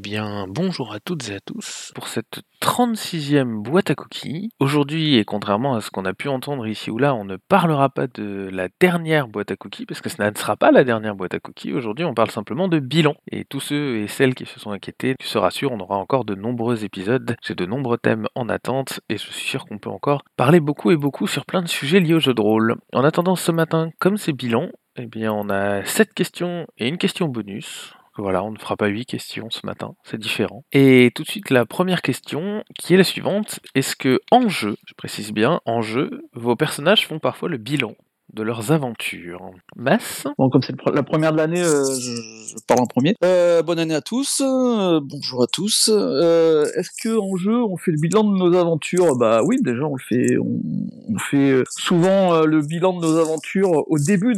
bien, bonjour à toutes et à tous pour cette 36e boîte à cookies. Aujourd'hui, et contrairement à ce qu'on a pu entendre ici ou là, on ne parlera pas de la dernière boîte à cookies, parce que ce ne sera pas la dernière boîte à cookies. Aujourd'hui, on parle simplement de bilan. Et tous ceux et celles qui se sont inquiétés, tu se rassures, on aura encore de nombreux épisodes. J'ai de nombreux thèmes en attente, et je suis sûr qu'on peut encore parler beaucoup et beaucoup sur plein de sujets liés au jeu de rôle. En attendant, ce matin, comme c'est bilan, eh bien, on a 7 questions et une question bonus. Voilà, on ne fera pas 8 questions ce matin, c'est différent. Et tout de suite, la première question, qui est la suivante. Est-ce que, en jeu, je précise bien, en jeu, vos personnages font parfois le bilan de leurs aventures? Mass? Bon, comme c'est la première de l'année, je parle en premier. Bonne année à tous, bonjour à tous. Est-ce que en jeu, on fait le bilan de nos aventures? Bah oui, déjà on le fait. On fait souvent le bilan de nos aventures au début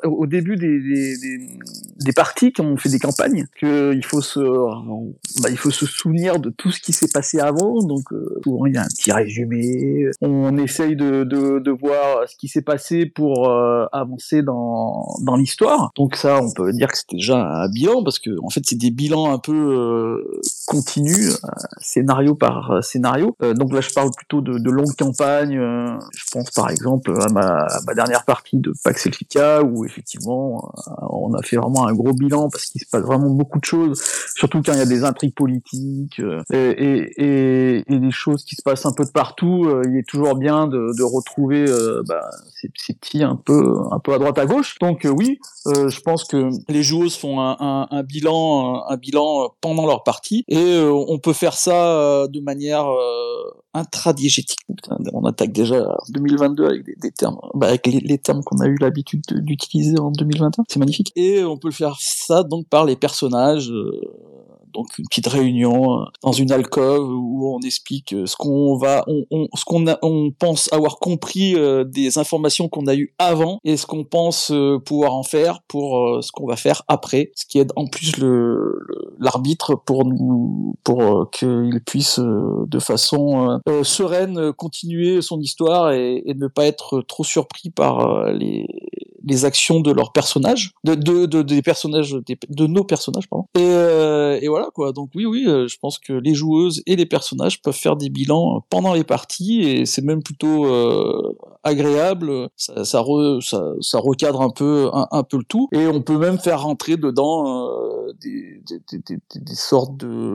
des parties quand on fait des campagnes. Que il faut se souvenir de tout ce qui s'est passé avant. Donc souvent il y a un petit résumé. On essaye de voir ce qui s'est passé pour avancer dans l'histoire. Donc ça, on peut dire que c'était déjà un bilan, parce que en fait, c'est des bilans un peu continus, scénario par scénario. Donc là, je parle plutôt de longues campagnes. Je pense par exemple à ma dernière partie de Pax Elfica, où effectivement, on a fait vraiment un gros bilan, parce qu'il se passe vraiment beaucoup de choses, surtout quand il y a des intrigues politiques et des choses qui se passent un peu de partout. Il est toujours bien de retrouver ces petits un peu à droite à gauche. Donc oui, je pense que les joueuses font un bilan pendant leur partie, et on peut faire ça de manière intradiégétique. Putain, on attaque déjà 2022 avec des termes, avec les termes qu'on a eu l'habitude d'utiliser en 2021. C'est magnifique. Et on peut le faire ça donc par les personnages. Donc une petite réunion dans une alcôve où on explique ce qu'on pense avoir compris des informations qu'on a eues avant, et ce qu'on pense pouvoir en faire pour ce qu'on va faire après, ce qui aide en plus l'arbitre pour qu'il puisse de façon sereine continuer son histoire et ne pas être trop surpris par les actions de leurs personnages, de nos personnages, pardon. Et voilà quoi. Donc oui, je pense que les joueuses et les personnages peuvent faire des bilans pendant les parties, et c'est même plutôt agréable. Ça recadre un peu le tout, et on peut même faire rentrer dedans des sortes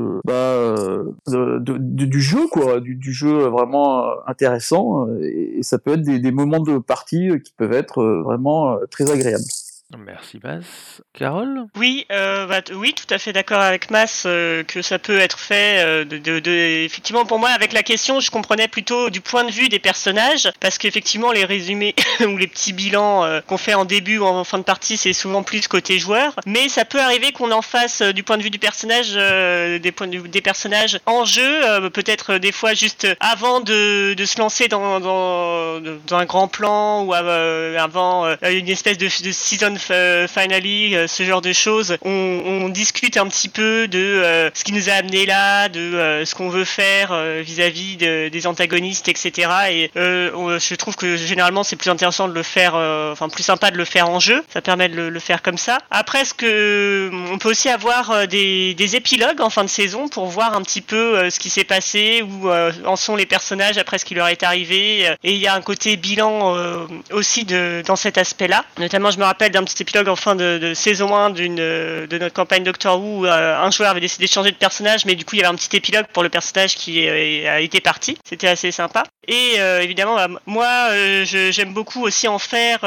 du jeu quoi, du jeu vraiment intéressant, et ça peut être des moments de partie qui peuvent être vraiment très agréables. Merci Mass. Carole? Oui, oui, tout à fait d'accord avec Mas que ça peut être fait. Effectivement, pour moi, avec la question, je comprenais plutôt du point de vue des personnages, parce qu'effectivement, les résumés ou les petits bilans qu'on fait en début ou en fin de partie, c'est souvent plus côté joueur. Mais ça peut arriver qu'on en fasse du point de vue du personnage, des personnages en jeu, peut-être des fois juste avant de se lancer dans un grand plan, ou avant une espèce de season finale, ce genre de choses. On discute un petit peu de ce qui nous a amené là, de ce qu'on veut faire vis-à-vis des antagonistes, etc. Et je trouve que généralement c'est plus intéressant de le faire, plus sympa de le faire en jeu. Ça permet de le faire comme ça. Après, on peut aussi avoir des épilogues en fin de saison pour voir un petit peu ce qui s'est passé, où en sont les personnages après ce qui leur est arrivé. Et il y a un côté bilan aussi dans cet aspect-là. Notamment, je me rappelle d'un petit épilogue en fin de saison 1 de notre campagne Doctor Who, où un joueur avait décidé de changer de personnage, mais du coup il y avait un petit épilogue pour le personnage qui a été parti. C'était assez sympa. Et évidemment, moi j'aime beaucoup aussi en faire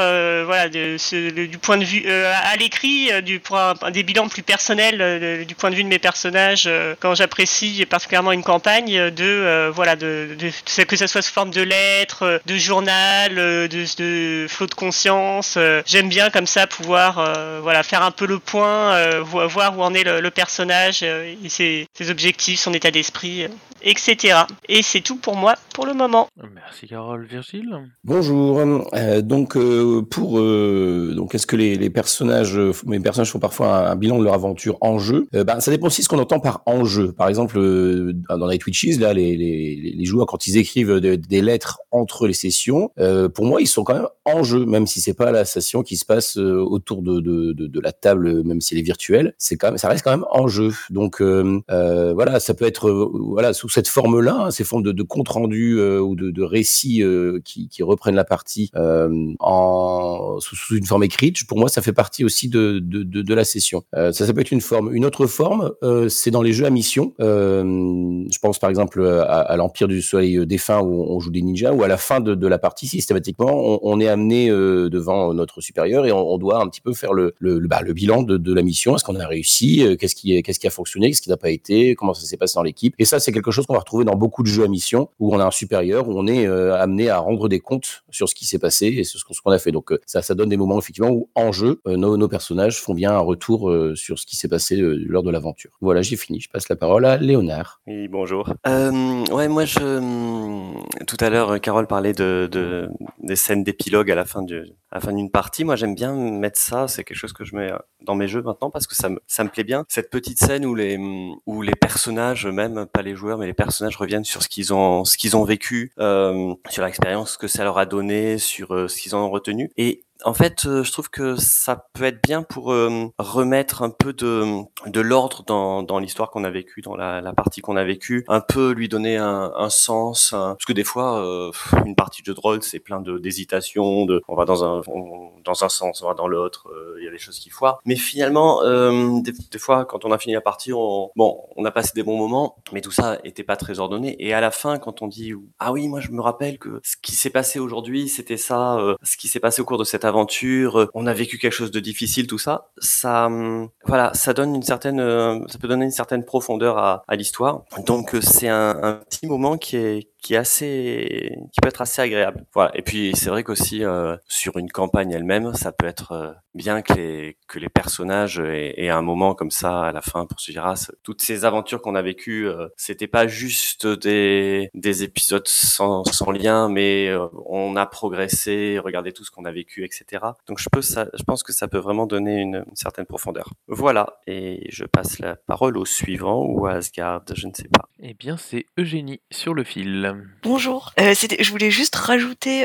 du point de vue à l'écrit, pour des bilans plus personnels du point de vue de mes personnages, quand j'apprécie particulièrement une campagne, que ça soit sous forme de lettres, de journal, de flot de conscience. J'aime bien comme ça pouvoir faire un peu le point, voir où en est le personnage, et ses objectifs, son état d'esprit, etc. Et c'est tout pour moi pour le moment. Merci Carole. Virgile? Bonjour. Donc est-ce que mes personnages font parfois un bilan de leur aventure en jeu? Ça dépend aussi de ce qu'on entend par en jeu. Par exemple, dans Night Witches, là, les joueurs, quand ils écrivent des lettres entre les sessions, pour moi, ils sont quand même en jeu, même si c'est pas la session qui se passe autour de la table, même si elle est virtuelle, ça reste quand même en jeu. Donc voilà, ça peut être voilà sous cette forme-là, hein, ces formes de compte rendu ou de récits qui reprennent la partie sous une forme écrite. Pour moi, ça fait partie aussi de la session. Ça peut être une forme. Une autre forme, c'est dans les jeux à mission. Je pense par exemple à l'Empire du Soleil défunt où on joue des ninjas, où à la fin de la partie, systématiquement, on est amené devant notre supérieur et on doit un petit peu faire le bilan de la mission. Est-ce qu'on a réussi? Qu'est-ce qui a fonctionné? Qu'est-ce qui n'a pas été? Comment ça s'est passé dans l'équipe? Et ça, c'est quelque chose qu'on va retrouver dans beaucoup de jeux à mission où on a un supérieur, où on est amené à rendre des comptes sur ce qui s'est passé et sur ce qu'on a fait. Donc ça donne des moments effectivement où en jeu, nos personnages font bien un retour sur ce qui s'est passé lors de l'aventure. Voilà, j'ai fini. Je passe la parole à Léonard. Oui, bonjour. Ouais, moi, tout à l'heure, Carole parlait des scènes d'épilogue à la fin d'une partie. Moi, j'aime bien mettre ça. C'est quelque chose que je mets dans mes jeux maintenant parce que ça me plaît bien. Cette petite scène où les personnages, même pas les joueurs, mais les personnages reviennent sur ce qu'ils ont vécu, sur l'expérience que ça leur a donné, sur ce qu'ils en ont retenu. Et en fait, je trouve que ça peut être bien pour remettre un peu de l'ordre dans l'histoire qu'on a vécue, dans la partie qu'on a vécue, un peu lui donner un sens, parce que des fois, une partie de jeu de rôle, c'est plein d'hésitations, on va dans un sens, on va dans l'autre, il y a des choses qui foirent. Mais finalement, des fois, quand on a fini la partie, on a passé des bons moments, mais tout ça était pas très ordonné. Et à la fin, quand on dit ah oui, moi je me rappelle que ce qui s'est passé aujourd'hui, c'était ça, ce qui s'est passé au cours de cette aventure, on a vécu quelque chose de difficile, tout ça, voilà, ça donne ça peut donner une certaine profondeur à l'histoire. Donc c'est un petit moment qui peut être assez agréable. Voilà. Et puis c'est vrai qu'aussi sur une campagne elle-même, ça peut être bien que les personnages aient un moment comme ça à la fin pour se dire toutes ces aventures qu'on a vécues, c'était pas juste des épisodes sans lien, mais on a progressé, regardez tout ce qu'on a vécu, etc. Donc je pense que ça peut vraiment donner une certaine profondeur. Voilà. Et je passe la parole au suivant ou à Asgard, je ne sais pas. Eh bien, c'est Eugénie sur le fil. Bonjour. Je voulais juste rajouter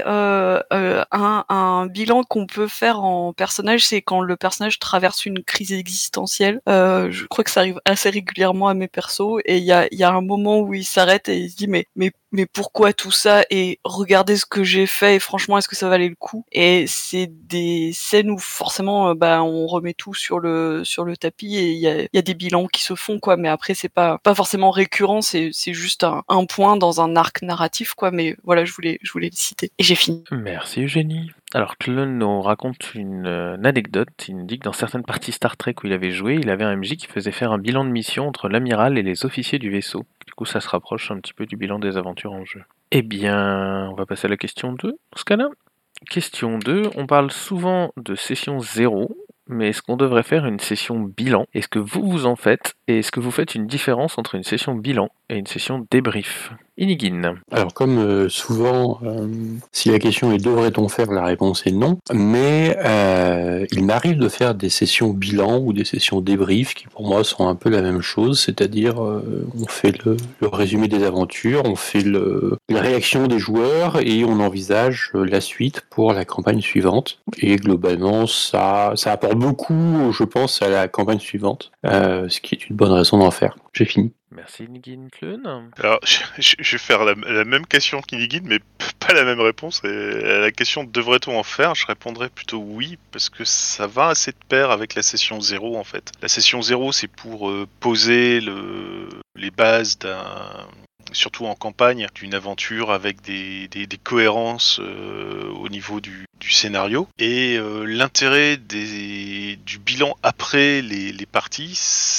un bilan qu'on peut faire en personnage, c'est quand le personnage traverse une crise existentielle. Je crois que ça arrive assez régulièrement à mes persos, et il y a un moment où il s'arrête et il se dit mais pourquoi tout ça, et regardez ce que j'ai fait, et franchement est-ce que ça valait le coup? Et c'est des scènes où forcément on remet tout sur le tapis, et il y a des bilans qui se font, quoi, mais après c'est pas forcément récurrent, c'est juste un point dans un arc narratif, quoi, mais voilà, je voulais le citer. Et j'ai fini. Merci Eugénie. Alors Clone nous raconte une anecdote. Il nous dit que dans certaines parties Star Trek où il avait joué, il avait un MJ qui faisait faire un bilan de mission entre l'amiral et les officiers du vaisseau. Du coup, ça se rapproche un petit peu du bilan des aventures en jeu. Eh bien, on va passer à la question 2, dans ce cas-là. Question 2, on parle souvent de session 0, mais est-ce qu'on devrait faire une session bilan? Est-ce que vous en faites? Et est-ce que vous faites une différence entre une session bilan et une session débrief? Inigine. Alors comme souvent, si la question est devrait-on faire, la réponse est non. Mais il m'arrive de faire des sessions bilan ou des sessions débrief qui pour moi sont un peu la même chose, c'est-à-dire on fait le résumé des aventures, on fait la réaction des joueurs et on envisage la suite pour la campagne suivante. Et globalement, ça apporte beaucoup, je pense, à la campagne suivante, ce qui est une bonne raison d'en faire. J'ai fini. Merci Inigine. Clone. Alors, je vais faire la même question qu'Inigine, mais pas la même réponse. Et à la question devrait-on en faire, je répondrais plutôt oui, parce que ça va assez de pair avec la session 0 en fait. La session 0, c'est pour poser les bases surtout en campagne, d'une aventure avec des cohérences au niveau du scénario. Et l'intérêt du bilan après les parties,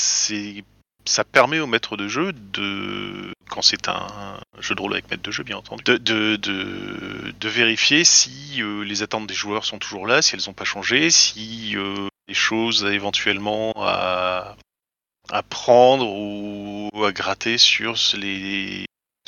ça permet au maître de jeu quand c'est un jeu de rôle avec maître de jeu bien entendu, de vérifier si les attentes des joueurs sont toujours là, si elles n'ont pas changé, si les choses éventuellement à prendre ou à gratter sur ce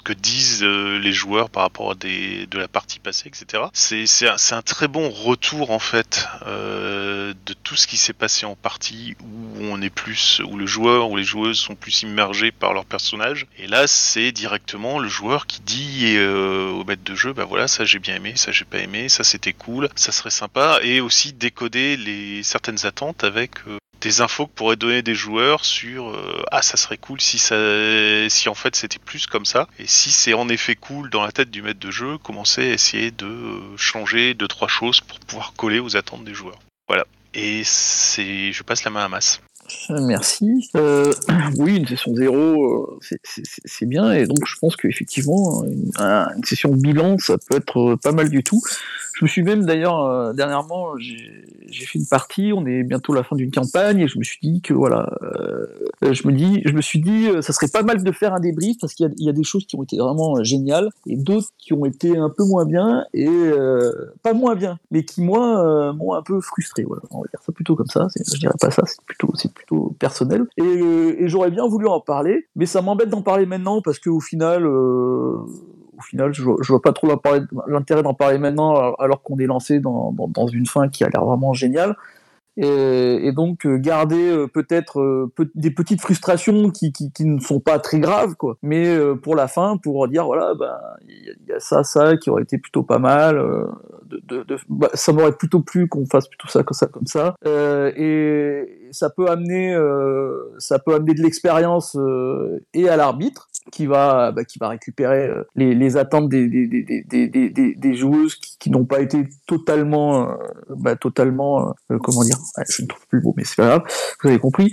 que disent les joueurs par rapport à de la partie passée, etc. C'est un très bon retour en fait de tout ce qui s'est passé en partie où on est plus, où le joueur ou les joueuses sont plus immergés par leur personnage. Et là, c'est directement le joueur qui dit au maître de jeu, bah voilà, ça j'ai bien aimé, ça j'ai pas aimé, ça c'était cool, ça serait sympa, et aussi décoder certaines attentes avec des infos que pourraient donner des joueurs sur ça serait cool si en fait c'était plus comme ça, et si c'est en effet cool dans la tête du maître de jeu, commencer à essayer de changer 2-3 choses pour pouvoir coller aux attentes des joueurs. Voilà. Et je passe la main à Mas. Merci. Oui, une session 0, c'est bien, et donc je pense qu'effectivement, une session bilan, ça peut être pas mal du tout. Je me suis même d'ailleurs, dernièrement, j'ai fait une partie, on est bientôt à la fin d'une campagne, et je me suis dit que voilà, je me suis dit, ça serait pas mal de faire un débrief, parce qu'il y a des choses qui ont été vraiment géniales, et d'autres qui ont été un peu moins bien, et pas moins bien, mais qui m'ont un peu frustré. Voilà, on va dire ça plutôt comme ça. Je dirais pas ça, c'est plutôt personnel. Et j'aurais bien voulu en parler, mais ça m'embête d'en parler maintenant, parce qu'au final, je vois pas trop l'intérêt d'en parler maintenant, alors qu'on est lancé dans une fin qui a l'air vraiment géniale. Et donc garder peut-être des petites frustrations qui ne sont pas très graves, quoi, mais pour la fin, pour dire voilà, il y a ça qui aurait été plutôt pas mal, ça m'aurait plutôt plu qu'on fasse plutôt ça comme ça, et ça peut amener de l'expérience et à l'arbitre qui va récupérer les attentes des joueuses qui n'ont pas été totalement comment dire, je ne trouve plus le mot, mais c'est pas grave, vous avez compris,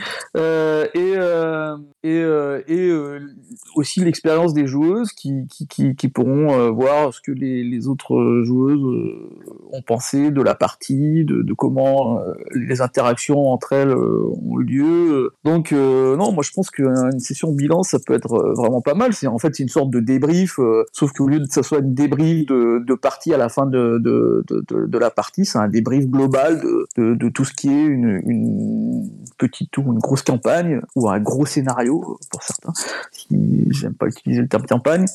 et aussi l'expérience des joueuses qui pourront voir ce que les autres joueuses ont pensé de la partie, de comment les interactions entre elles ont eu lieu. Donc non, moi je pense qu'une session bilan, ça peut être vraiment pas mal. C'est une sorte de débrief, sauf qu'au lieu de que ça soit une débrief de partie à la fin de la partie, c'est un débrief global de tout ce qui est une petite ou une grosse campagne, ou un gros scénario pour certains, si j'aime pas utiliser le terme campagne.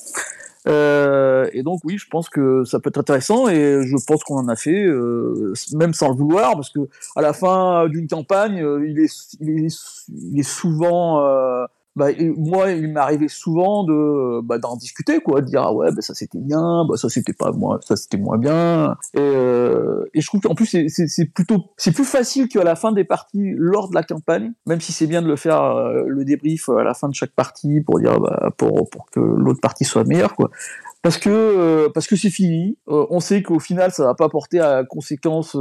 Et donc oui, je pense que ça peut être intéressant, et je pense qu'on en a fait, même sans le vouloir, parce que à la fin d'une campagne, il est souvent moi, il m'arrivait souvent d'en discuter, quoi, de dire ah ouais, ça c'était bien, ça c'était pas moi, ça c'était moins bien, et je trouve qu'en plus c'est plus facile qu'à la fin des parties lors de la campagne, même si c'est bien de le faire le débrief à la fin de chaque partie pour dire pour que l'autre partie soit meilleure, quoi. Parce que c'est fini, on sait qu'au final ça va pas porter à conséquence.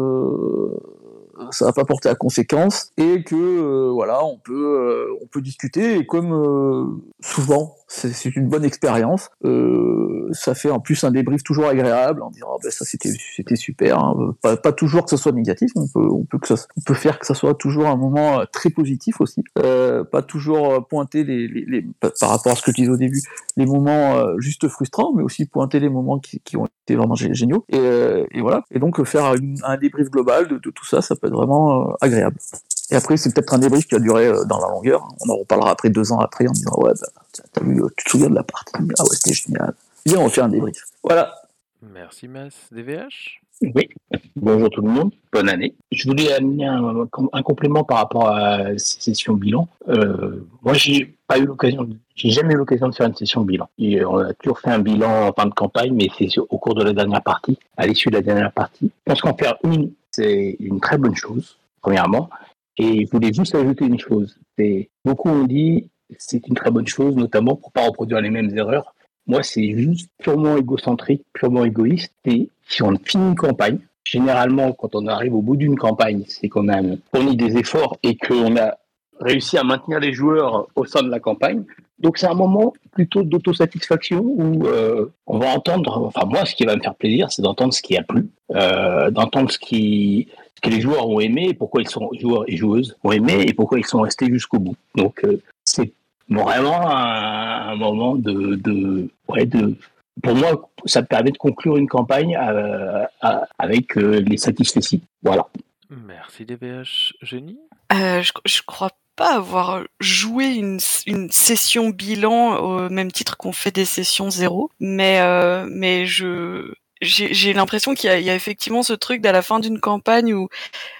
Ça va pas porter à conséquence, et que voilà, on peut discuter, et comme souvent c'est une bonne expérience, ça fait en plus un débrief toujours agréable en disant ça c'était super, hein. Pas toujours que ça soit négatif, on peut faire que ça soit toujours un moment très positif aussi, pas toujours pointer par rapport à ce que je disais au début, les moments juste frustrants, mais aussi pointer les moments qui ont été vraiment géniaux, et voilà, et donc faire un débrief global de tout ça peut être vraiment agréable. Et après, c'est peut-être un débrief qui va durer dans la longueur. On en reparlera après 2 ans après en disant ouais, t'as vu, tu te souviens de la partie, ah ouais, c'était génial. Viens, on fait un débrief. Voilà. Merci Mas. DVH. Oui, bonjour tout le monde, bonne année. Je voulais amener un complément par rapport à ces sessions bilan. Moi, j'ai jamais eu l'occasion de faire une session bilan. Et on a toujours fait un bilan en fin de campagne, mais c'est au cours de la dernière partie, à l'issue de la dernière partie. Je pense qu'en faire une, c'est une très bonne chose, premièrement. Et je voulais juste ajouter une chose. Beaucoup ont dit c'est une très bonne chose, notamment pour pas reproduire les mêmes erreurs. Moi, c'est juste purement égocentrique, purement égoïste. Et si on finit une campagne, généralement, quand on arrive au bout d'une campagne, c'est qu'on a fourni des efforts et qu'on a réussi à maintenir les joueurs au sein de la campagne. Donc, c'est un moment plutôt d'autosatisfaction où on va entendre... Enfin, moi, ce qui va me faire plaisir, c'est d'entendre ce qui a plu, d'entendre ce que les joueurs ont aimé, et pourquoi ils sont joueurs et joueuses ont aimé, et pourquoi ils sont restés jusqu'au bout. Donc, c'est vraiment un moment pour moi, ça permet de conclure une campagne avec les satisfecits. Voilà. Merci DVH. Jenny. Je crois pas avoir joué une session bilan au même titre qu'on fait des sessions 0, mais j'ai l'impression qu'il y a effectivement ce truc d'à la fin d'une campagne où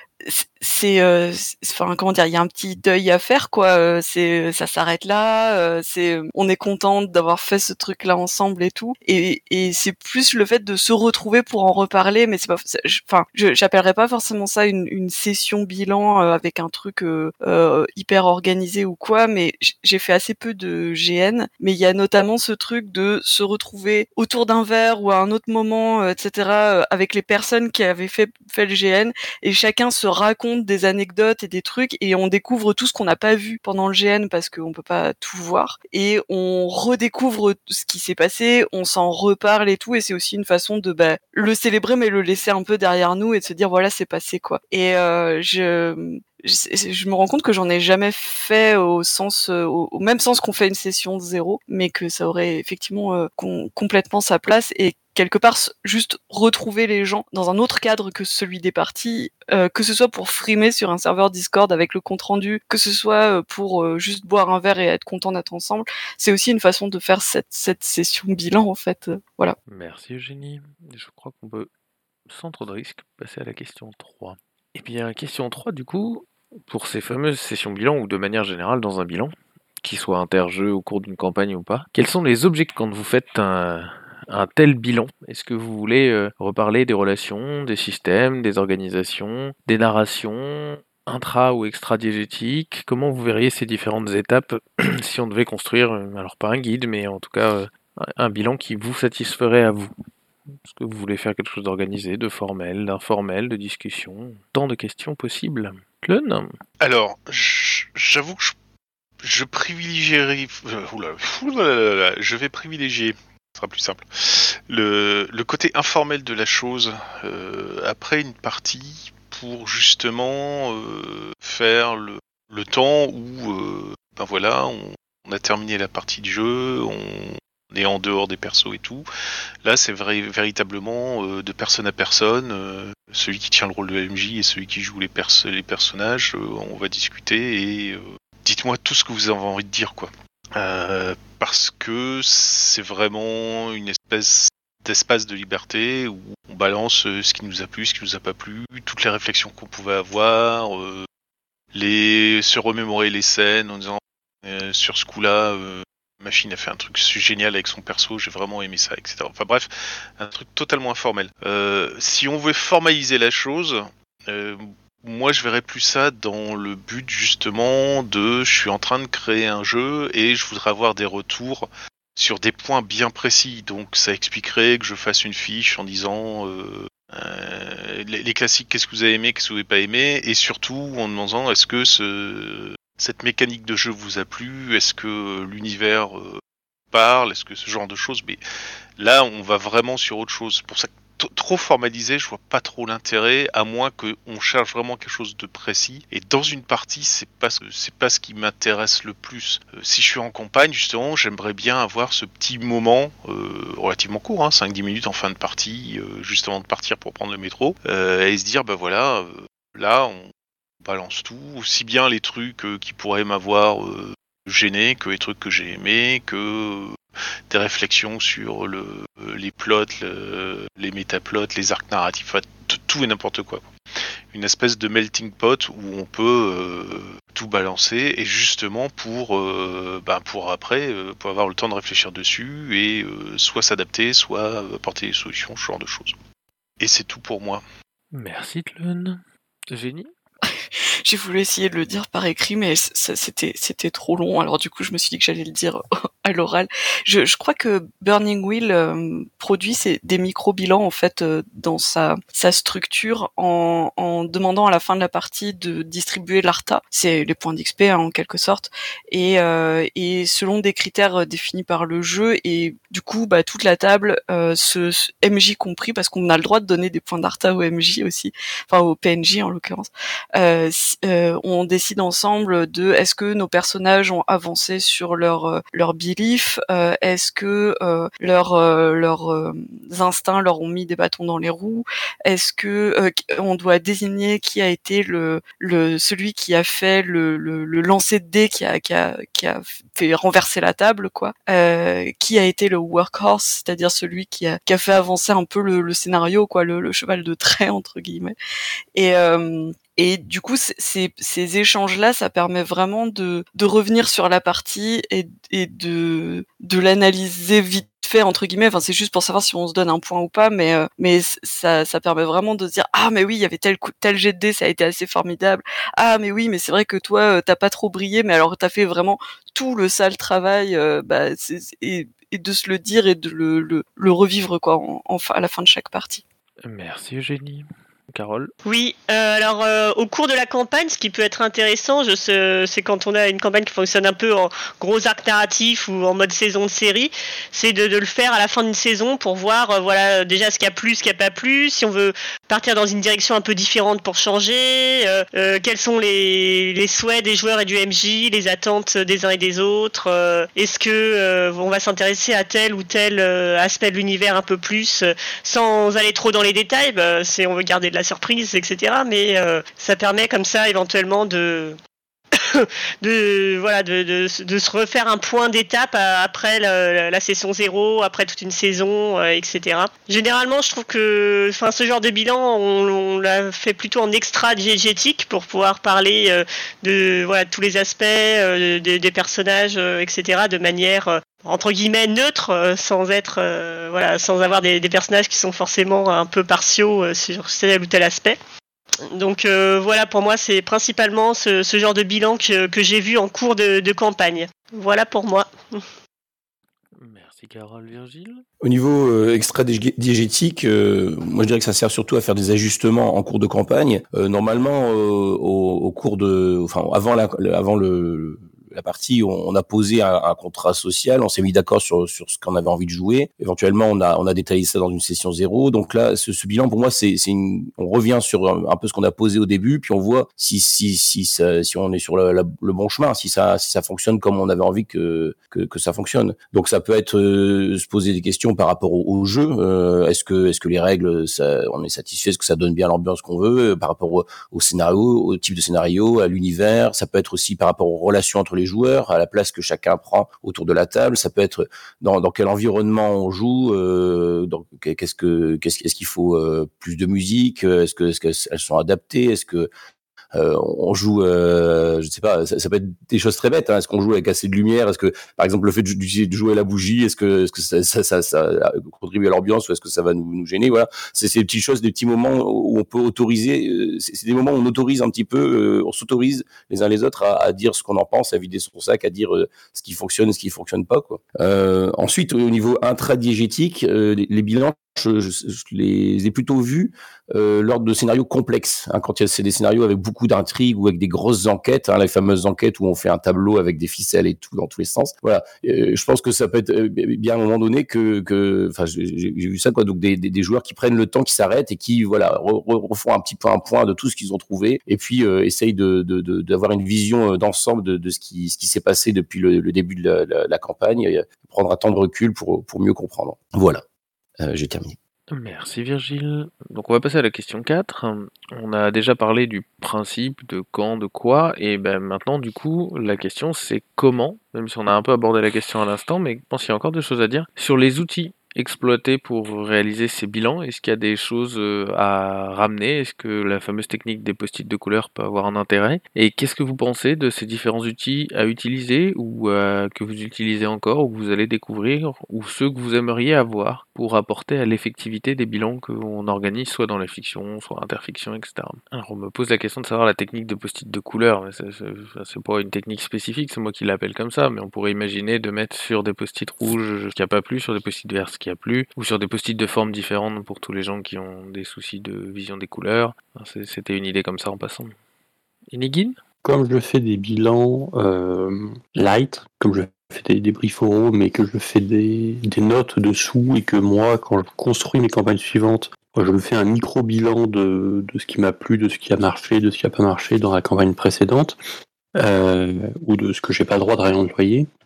enfin comment dire, il y a un petit deuil à faire quoi, ça s'arrête là, on est contente d'avoir fait ce truc là ensemble et tout, et c'est plus le fait de se retrouver pour en reparler, mais c'est pas, j'appellerais pas forcément ça une session bilan avec un truc hyper organisé ou quoi, mais j'ai fait assez peu de GN, mais il y a notamment ce truc de se retrouver autour d'un verre ou à un autre moment, etc., avec les personnes qui avaient fait le GN, et chacun se raconte des anecdotes et des trucs, et on découvre tout ce qu'on n'a pas vu pendant le GN parce qu'on peut pas tout voir, et on redécouvre ce qui s'est passé, on s'en reparle et tout, et c'est aussi une façon de le célébrer mais le laisser un peu derrière nous et de se dire voilà, c'est passé quoi. Et je me rends compte que j'en ai jamais fait au même sens qu'on fait une session 0, mais que ça aurait effectivement complètement sa place, et quelque part juste retrouver les gens dans un autre cadre que celui des parties, que ce soit pour frimer sur un serveur Discord avec le compte rendu, que ce soit pour juste boire un verre et être content d'être ensemble, c'est aussi une façon de faire cette session bilan en fait. Voilà. Merci Eugénie. Je crois qu'on peut, sans trop de risque, passer à la question 3. Et bien, question 3 du coup, pour ces fameuses sessions bilan, ou de manière générale dans un bilan, qu'il soit interjeu au cours d'une campagne ou pas, quels sont les objectifs quand vous faites un tel bilan? Est-ce que vous voulez reparler des relations, des systèmes, des organisations, des narrations, intra ou extra-diégétiques? Comment vous verriez ces différentes étapes si on devait construire, alors pas un guide, mais en tout cas un bilan qui vous satisferait à vous? Est-ce que vous voulez faire quelque chose d'organisé, de formel, d'informel, de discussion? Tant de questions possibles. Clun? Alors, j'avoue que je privilégierais... je vais privilégier, ce sera plus simple, le côté informel de la chose après une partie, pour justement faire le temps où voilà, on a terminé la partie de jeu, on est en dehors des persos et tout. Là, c'est véritablement de personne à personne. Celui qui tient le rôle de MJ et celui qui joue les personnages, on va discuter et dites-moi tout ce que vous avez envie de dire, quoi. Parce que c'est vraiment une espèce d'espace de liberté où on balance ce qui nous a plu, ce qui nous a pas plu, toutes les réflexions qu'on pouvait avoir, se remémorer les scènes en disant sur ce coup-là, Machine a fait un truc génial avec son perso, j'ai vraiment aimé ça, etc. Enfin bref, un truc totalement informel. Si on veut formaliser la chose, moi je verrais plus ça dans le but justement de je suis en train de créer un jeu et je voudrais avoir des retours sur des points bien précis. Donc ça expliquerait que je fasse une fiche en disant les classiques, qu'est-ce que vous avez aimé, qu'est-ce que vous n'avez pas aimé, et surtout en demandant est-ce que cette mécanique de jeu vous a plu, est-ce que l'univers parle, est-ce que ce genre de choses. Mais là on va vraiment sur autre chose. Pour ça que trop formalisé, je vois pas trop l'intérêt, à moins qu'on cherche vraiment quelque chose de précis. Et dans une partie, c'est pas ce qui m'intéresse le plus. Si je suis en campagne, justement, j'aimerais bien avoir ce petit moment relativement court, 5-10 minutes en fin de partie, juste avant de partir pour prendre le métro, et se dire, bah voilà, là, on balance tout, aussi bien les trucs qui pourraient m'avoir gêné, que les trucs que j'ai aimés, que des réflexions sur les plots, les métaplots, les arcs narratifs, tout et n'importe quoi. Une espèce de melting pot où on peut tout balancer, et justement pour après pour avoir le temps de réfléchir dessus et soit s'adapter, soit apporter des solutions, ce genre de choses. Et c'est tout pour moi. Merci Tlun. Génie? J'ai voulu essayer de le dire par écrit, mais c'était trop long. Alors du coup, je me suis dit que j'allais le dire à l'oral. Je crois que Burning Wheel produit des micro-bilans en fait dans sa structure en demandant à la fin de la partie de distribuer l'ARTA. C'est les points d'XP en quelque sorte, et selon des critères définis par le jeu. Et du coup, toute la table, ce MJ compris, parce qu'on a le droit de donner des points d'ARTA au MJ aussi, enfin au PNJ en l'occurrence. On décide ensemble de est-ce que nos personnages ont avancé sur leur bilan beliefs, est-ce que leurs instincts leur ont mis des bâtons dans les roues, est-ce que on doit désigner qui a été celui qui a fait le lancer de dés qui a fait renverser la table, quoi, qui a été le workhorse, c'est-à-dire celui qui a fait avancer un peu le scénario, quoi, le cheval de trait entre guillemets. Et du coup, ces échanges-là, ça permet vraiment de revenir sur la partie et de l'analyser vite fait entre guillemets. Enfin, c'est juste pour savoir si on se donne un point ou pas, mais ça permet vraiment de se dire ah mais oui, il y avait tel jet de dés, ça a été assez formidable. Ah mais oui, mais c'est vrai que toi t'as pas trop brillé, mais alors t'as fait vraiment tout le sale travail. Et de se le dire et de le revivre, quoi, à la fin de chaque partie. Merci Eugénie. Carole? Oui, alors au cours de la campagne, ce qui peut être intéressant, c'est quand on a une campagne qui fonctionne un peu en gros arc narratif ou en mode saison de série, c'est de le faire à la fin d'une saison pour voir voilà déjà ce qui a plu, ce qui a pas plu, si on veut partir dans une direction un peu différente pour changer, quels sont les souhaits des joueurs et du MJ, les attentes des uns et des autres, est-ce que on va s'intéresser à tel ou tel aspect de l'univers un peu plus, sans aller trop dans les détails, on veut garder de la surprise, etc. Mais ça permet comme ça éventuellement de se refaire un point d'étape après la session 0, après toute une saison, etc. Généralement, je trouve que ce genre de bilan, on l'a fait plutôt en extra-diégétique pour pouvoir parler de tous les aspects des personnages, etc. de manière entre guillemets neutre, sans avoir des personnages qui sont forcément un peu partiaux sur tel ou tel aspect. Donc voilà, pour moi c'est principalement ce genre de bilan que j'ai vu en cours de campagne. Voilà pour moi. Merci Carole. Virgile? Au niveau extra-diégétique, moi je dirais que ça sert surtout à faire des ajustements en cours de campagne. Normalement, au cours avant la partie, on a posé un contrat social, on s'est mis d'accord sur ce qu'on avait envie de jouer. Éventuellement, on a détaillé ça dans une session 0. Donc là, ce bilan, pour moi, on revient sur un peu ce qu'on a posé au début, puis on voit si on est sur le bon chemin, si ça fonctionne comme on avait envie que ça fonctionne. Donc ça peut être se poser des questions par rapport au jeu. Est-ce que les règles, on est satisfait, est-ce que ça donne bien l'ambiance qu'on veut, par rapport au scénario, au type de scénario, à l'univers. Ça peut être aussi par rapport aux relations entre les joueurs, à la place que chacun prend autour de la table. Ça peut être dans quel environnement on joue, est-ce qu'il faut plus de musique, est-ce qu'elles sont adaptées, est-ce que on joue, je sais pas, ça peut être des choses très bêtes. Est-ce qu'on joue avec assez de lumière? Est-ce que, par exemple, le fait de jouer à la bougie, est-ce que ça contribue à l'ambiance ou est-ce que ça va nous gêner? Voilà, c'est ces petites choses, des petits moments où on peut autoriser. C'est des moments où on autorise un petit peu, on s'autorise les uns les autres à dire ce qu'on en pense, à vider son sac, à dire ce qui fonctionne, ce qui fonctionne pas, quoi. Ensuite, au niveau intradiégétique, les bilans, je les ai plutôt vus lors de scénarios complexes, quand c'est des scénarios avec beaucoup d'intrigues ou avec des grosses enquêtes, les fameuses enquêtes où on fait un tableau avec des ficelles et tout dans tous les sens. Voilà, je pense que ça peut être bien à un moment donné j'ai vu ça, quoi. Donc des joueurs qui prennent le temps, qui s'arrêtent et qui refont un petit peu un point de tout ce qu'ils ont trouvé et puis essayent d'avoir une vision d'ensemble de ce qui s'est passé depuis le début de la campagne, et prendre un temps de recul pour mieux comprendre. Voilà. J'ai terminé. Merci Virgile. Donc on va passer à la question 4. On a déjà parlé du principe, de quand, de quoi, et maintenant du coup la question c'est comment, même si on a un peu abordé la question à l'instant, mais je pense qu'il y a encore des choses à dire sur les outils exploiter pour réaliser ces bilans. Est-ce qu'il y a des choses à ramener? Est-ce que la fameuse technique des post-it de couleur peut avoir un intérêt? Et qu'est-ce que vous pensez de ces différents outils à utiliser ou que vous utilisez encore ou que vous allez découvrir ou ceux que vous aimeriez avoir pour apporter à l'effectivité des bilans qu'on organise soit dans la fiction, soit interfiction, etc. Alors on me pose la question de savoir la technique de post-it de couleur, mais c'est pas une technique spécifique, c'est moi qui l'appelle comme ça, mais on pourrait imaginer de mettre sur des post-it rouges ce qui a pas plu, sur des post-it verts ce qui a plu, ou sur des post-it de formes différentes pour tous les gens qui ont des soucis de vision des couleurs. C'était une idée comme ça en passant. Inigine? Comme je fais des bilans light, comme je fais des débriefs oraux, mais que je fais des notes dessous, et que moi, quand je construis mes campagnes suivantes, je me fais un micro-bilan de ce qui m'a plu, de ce qui a marché, de ce qui n'a pas marché dans la campagne précédente, ou de ce que j'ai pas le droit de réemployer.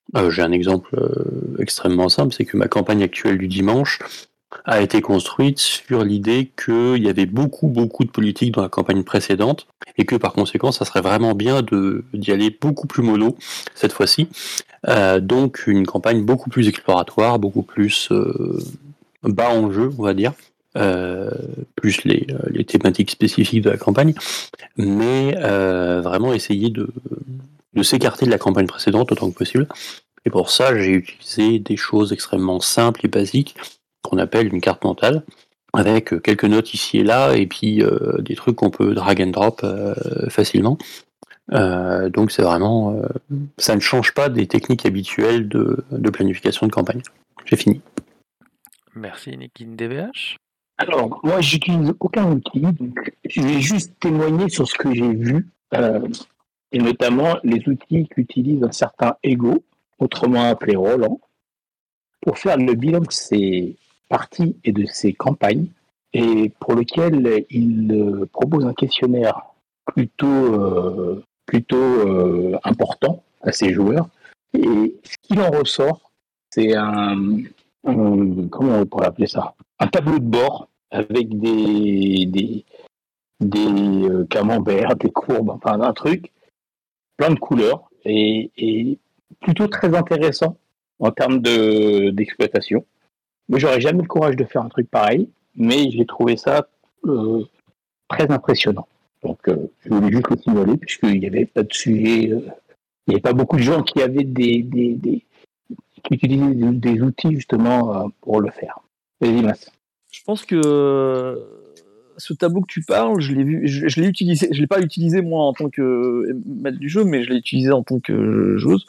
J'ai un exemple extrêmement simple, c'est que ma campagne actuelle du dimanche a été construite sur l'idée qu'il y avait beaucoup de politique dans la campagne précédente et que par conséquent ça serait vraiment bien d'y aller beaucoup plus mollo cette fois-ci. Donc une campagne beaucoup plus exploratoire, beaucoup plus bas en jeu, on va dire, plus les thématiques spécifiques de la campagne, mais vraiment essayer de s'écarter de la campagne précédente autant que possible. Et pour ça, j'ai utilisé des choses extrêmement simples et basiques qu'on appelle une carte mentale, avec quelques notes ici et là, et puis des trucs qu'on peut drag and drop facilement. Donc c'est vraiment... ça ne change pas des techniques habituelles de planification de campagne. J'ai fini. Merci Nikin DVH. Alors, moi, j'utilise aucun outil, donc je vais juste témoigner sur ce que j'ai vu, et notamment les outils qu'utilise un certain Ego, autrement appelé Roland, pour faire le bilan de ses parties et de ses campagnes, et pour lequel il propose un questionnaire plutôt important à ses joueurs. Et ce qu'il en ressort, c'est comment on pourrait appeler ça, un tableau de bord avec des camemberts, des courbes, enfin un truc, plein de couleurs et plutôt très intéressant en termes d'exploitation. Moi, j'aurais jamais le courage de faire un truc pareil, mais j'ai trouvé ça très impressionnant. Donc, je voulais juste le signaler puisqu'il n'y avait pas de sujet, il n'y avait pas beaucoup de gens qui avaient qui utilisaient des outils justement pour le faire. Vas-y, Mas. Je pense que ce tableau que tu parles, je l'ai vu, je l'ai utilisé. Je l'ai pas utilisé moi en tant que maître du jeu, mais je l'ai utilisé en tant que joueuse.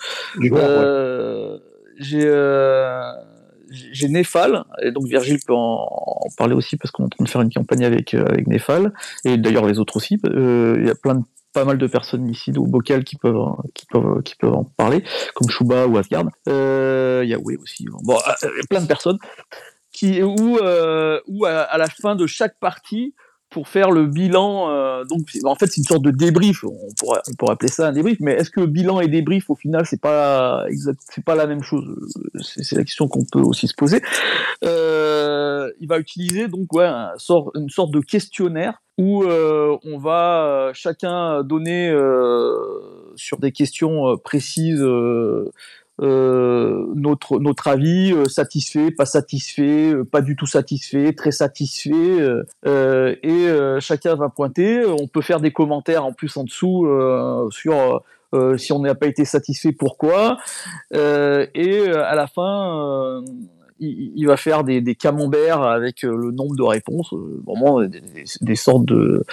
J'ai Nefal, et donc Virgile peut en parler aussi parce qu'on est en train de faire une campagne avec Nefal, et d'ailleurs les autres aussi. Il y a pas mal de personnes ici au bocal qui peuvent en parler, comme Shuba ou Asgard. Yahweh aussi. Bon, plein de personnes où à la fin de chaque partie, pour faire le bilan, donc en fait c'est une sorte de débrief, on pourrait appeler ça un débrief, mais est-ce que bilan et débrief au final c'est pas la même chose? C'est la question qu'on peut aussi se poser. Il va utiliser donc une sorte de questionnaire où on va chacun donner sur des questions précises notre avis, satisfait, pas satisfait, pas du tout satisfait, très satisfait, et chacun va pointer. On peut faire des commentaires en plus en dessous sur si on n'a pas été satisfait, pourquoi, et à la fin il va faire des camemberts avec le nombre de réponses, vraiment des sortes de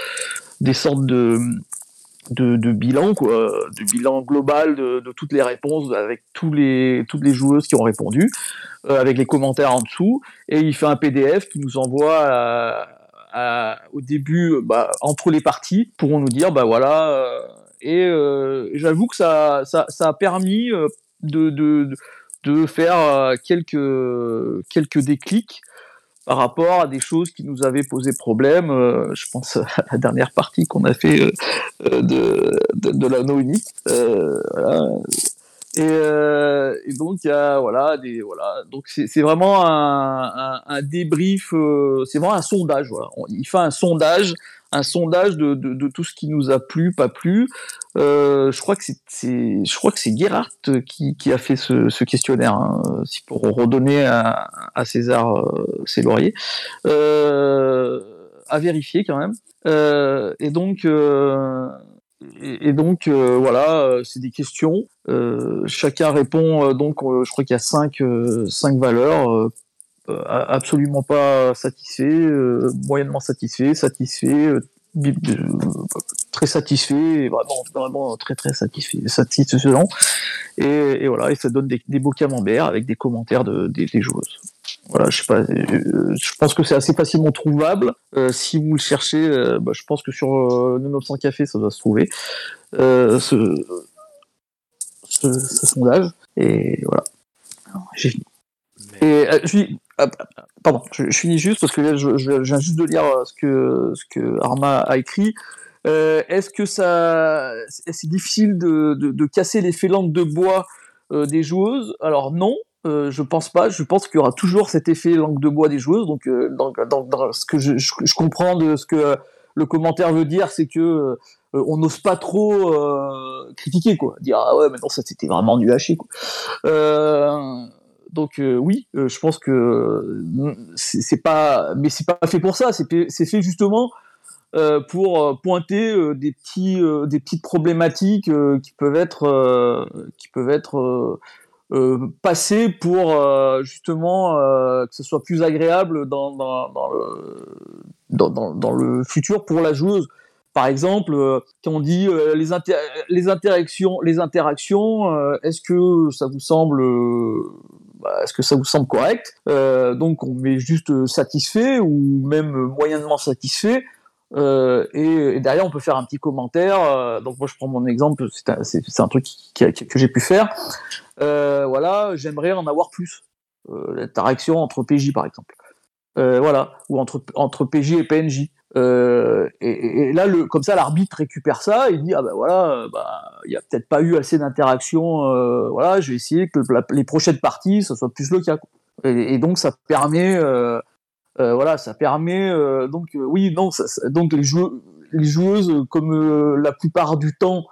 bilan, quoi, de bilan global de toutes les réponses avec toutes les joueuses qui ont répondu, avec les commentaires en dessous, et il fait un PDF qui nous envoie au début, entre les parties, pour nous dire voilà, et j'avoue que ça a permis de faire quelques déclics par rapport à des choses qui nous avaient posé problème. Je pense à la dernière partie qu'on a fait de l'anneau unique. Voilà. Et donc il y a donc c'est vraiment un débrief, c'est vraiment un sondage. Voilà. Il fait un sondage de tout ce qui nous a plu, pas plu. Je crois que c'est Gerhardt qui a fait ce questionnaire, hein, si pour redonner à César ses lauriers, à vérifier quand même. Et donc voilà, c'est des questions. Chacun répond. Je crois qu'il y a cinq valeurs. Absolument pas satisfait, moyennement satisfait, très satisfait, vraiment très très satisfaisant. Et voilà, et ça donne des beaux camemberts avec des commentaires des joueuses. Voilà, je sais pas, je pense que c'est assez facilement trouvable. Si vous le cherchez, je pense que sur 900 Café, ça doit se trouver. Ce sondage. Et voilà. Alors, j'ai fini. Et pardon, je finis juste parce que là, je viens juste de lire ce que Arma a écrit. Est-ce que c'est difficile de casser les langues de bois des joueuses. Alors non, je pense pas. Je pense qu'il y aura toujours cet effet langue de bois des joueuses. Donc dans ce que je comprends de ce que le commentaire veut dire, c'est que on n'ose pas trop critiquer, quoi. Dire ah ouais, mais non, ça c'était vraiment nul à chier, quoi. Donc oui, je pense que c'est pas, mais c'est pas fait pour ça. C'est fait justement pour pointer des petites problématiques qui peuvent être passées pour justement que ce soit plus agréable dans le futur pour la joueuse. Par exemple, quand on dit les interactions, est-ce que ça vous semble correct? Donc on met juste satisfait ou même moyennement satisfait. Et derrière on peut faire un petit commentaire. Donc moi je prends mon exemple, c'est un truc que j'ai pu faire. Voilà, j'aimerais en avoir plus. L'interaction entre PJ par exemple. Voilà, ou entre PJ et PNJ. Et là, comme ça, l'arbitre récupère ça et dit ah ben voilà, il y a peut-être pas eu assez d'interaction. Voilà, je vais essayer que les prochaines parties, ça soit plus le cas. Et donc ça permet, voilà, ça permet oui, non, donc les joueuses, comme la plupart du temps.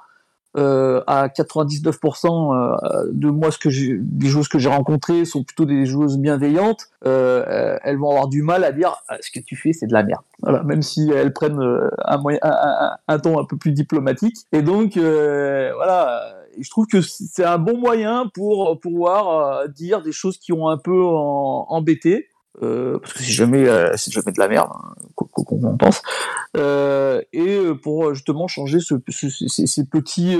À 99% de moi, des joueuses que j'ai rencontrées sont plutôt des joueuses bienveillantes. Elles vont avoir du mal à dire ce que tu fais, c'est de la merde. Voilà, même si elles prennent un ton un peu plus diplomatique. Et donc, voilà. Et je trouve que c'est un bon moyen pour pouvoir dire des choses qui ont un peu embêté. Parce que c'est jamais de la merde, hein, qu'on pense. Et pour justement changer ces petits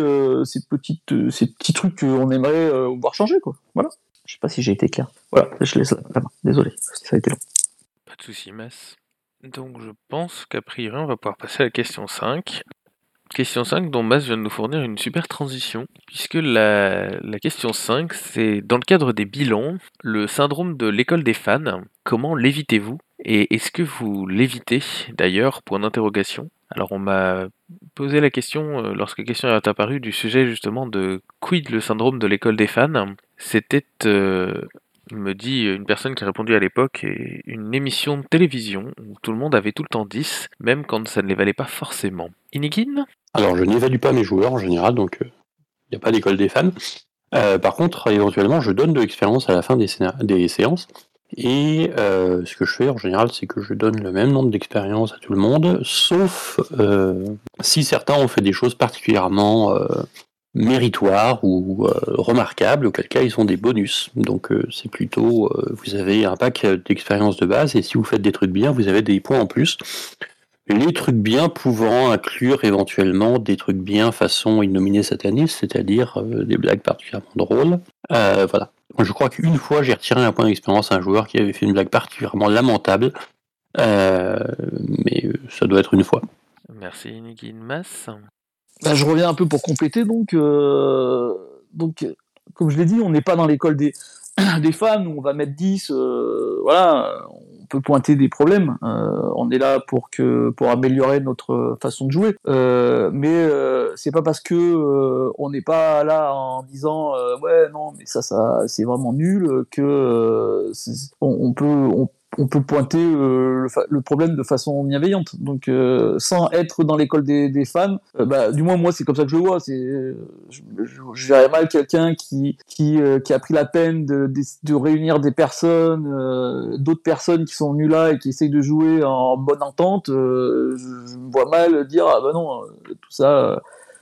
trucs qu'on aimerait voir changer, quoi. Voilà. Je sais pas si j'ai été clair. Voilà, je laisse la main. Désolé, ça a été long. Pas de soucis, Mas. Donc je pense qu'a priori on va pouvoir passer à la question 5. Question 5 dont Mas vient de nous fournir une super transition, puisque la question 5, c'est dans le cadre des bilans, le syndrome de l'école des fans, comment l'évitez-vous? Et est-ce que vous l'évitez d'ailleurs? Point d'interrogation. Alors on m'a posé la question, lorsque la question est apparue, du sujet justement de quid le syndrome de l'école des fans. C'était, me dit une personne qui a répondu à l'époque, une émission de télévision où tout le monde avait tout le temps 10, même quand ça ne les valait pas forcément. Inigine? Alors, je n'évalue pas mes joueurs en général, donc il n'y a pas d'école des fans. Par contre, éventuellement, je donne de l'expérience à la fin des séances. Et ce que je fais en général, c'est que je donne le même nombre d'expériences à tout le monde, sauf si certains ont fait des choses particulièrement méritoires ou remarquables, auquel cas ils ont des bonus. Donc c'est plutôt, vous avez un pack d'expériences de base, et si vous faites des trucs bien, vous avez des points en plus. Les trucs bien pouvant inclure éventuellement des trucs bien façon Innominé Satanis, c'est-à-dire des blagues particulièrement drôles. Voilà. Je crois qu'une fois j'ai retiré un point d'expérience à un joueur qui avait fait une blague particulièrement lamentable, mais ça doit être une fois. Merci Inigine. Mas. Je reviens un peu pour compléter, donc comme je l'ai dit, on n'est pas dans l'école des fans où on va mettre 10, voilà, on peut pointer des problèmes, on est là pour améliorer notre façon de jouer, mais c'est pas parce que on n'est pas là en disant ouais non mais ça c'est vraiment nul que on peut pointer le problème de façon bienveillante. Donc, sans être dans l'école des fans, du moins moi c'est comme ça que je le vois. Je verrais mal quelqu'un qui a pris la peine de réunir des personnes, d'autres personnes qui sont venues là et qui essayent de jouer en bonne entente. Je me vois mal dire ah ben non, tout ça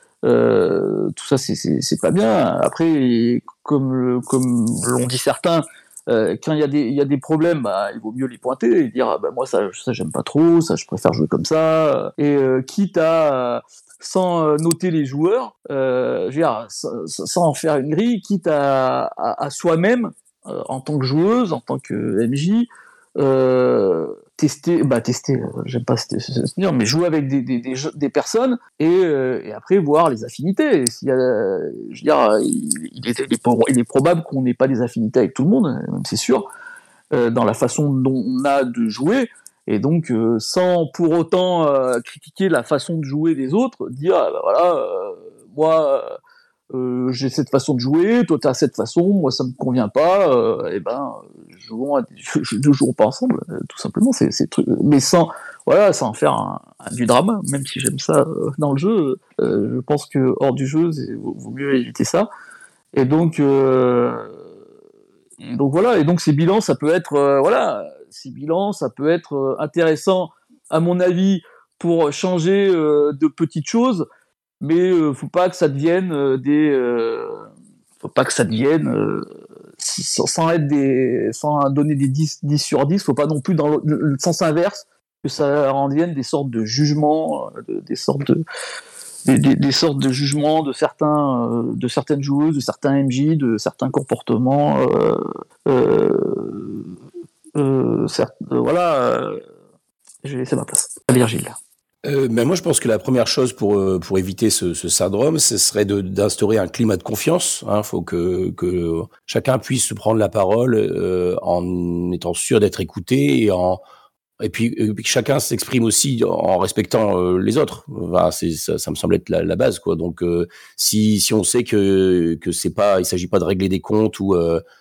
c'est pas bien. Après, comme l'ont dit certains. Quand il y a des problèmes, il vaut mieux les pointer et dire moi ça j'aime pas trop, ça je préfère jouer comme ça, et quitte à sans noter les joueurs, je veux dire, sans en faire une grille, quitte à soi-même en tant que joueuse, en tant que MJ, tester, j'aime pas se dire, mais jouer avec des personnes et après voir les affinités. Et s'il y a, je veux dire, il est probable qu'on n'ait pas des affinités avec tout le monde, même c'est sûr, dans la façon dont on a de jouer. Et donc, sans pour autant critiquer la façon de jouer des autres, dire voilà, moi. j'ai cette façon de jouer, toi t'as cette façon, moi ça me convient pas, jouons pas ensemble, tout simplement, c'est truc, mais sans en faire du drama, même si j'aime ça dans le jeu, je pense que hors du jeu, vaut mieux éviter ça. Et donc voilà, et donc ces bilans, ça peut être intéressant à mon avis pour changer de petites choses, mais faut pas que ça devienne sans donner des 10 sur 10, faut pas non plus dans le sens inverse que ça en devienne des sortes de jugements, des sortes de jugements de certaines joueuses, de certains MJ, de certains comportements. Je vais laisser ma place à Virgile. Moi, je pense que la première chose pour éviter ce syndrome, ce serait d'instaurer un climat de confiance. Faut que chacun puisse se prendre la parole en étant sûr d'être écouté et puis que chacun s'exprime aussi en respectant les autres. Ça me semble être la base, quoi. Donc si on sait que il s'agit pas de régler des comptes ou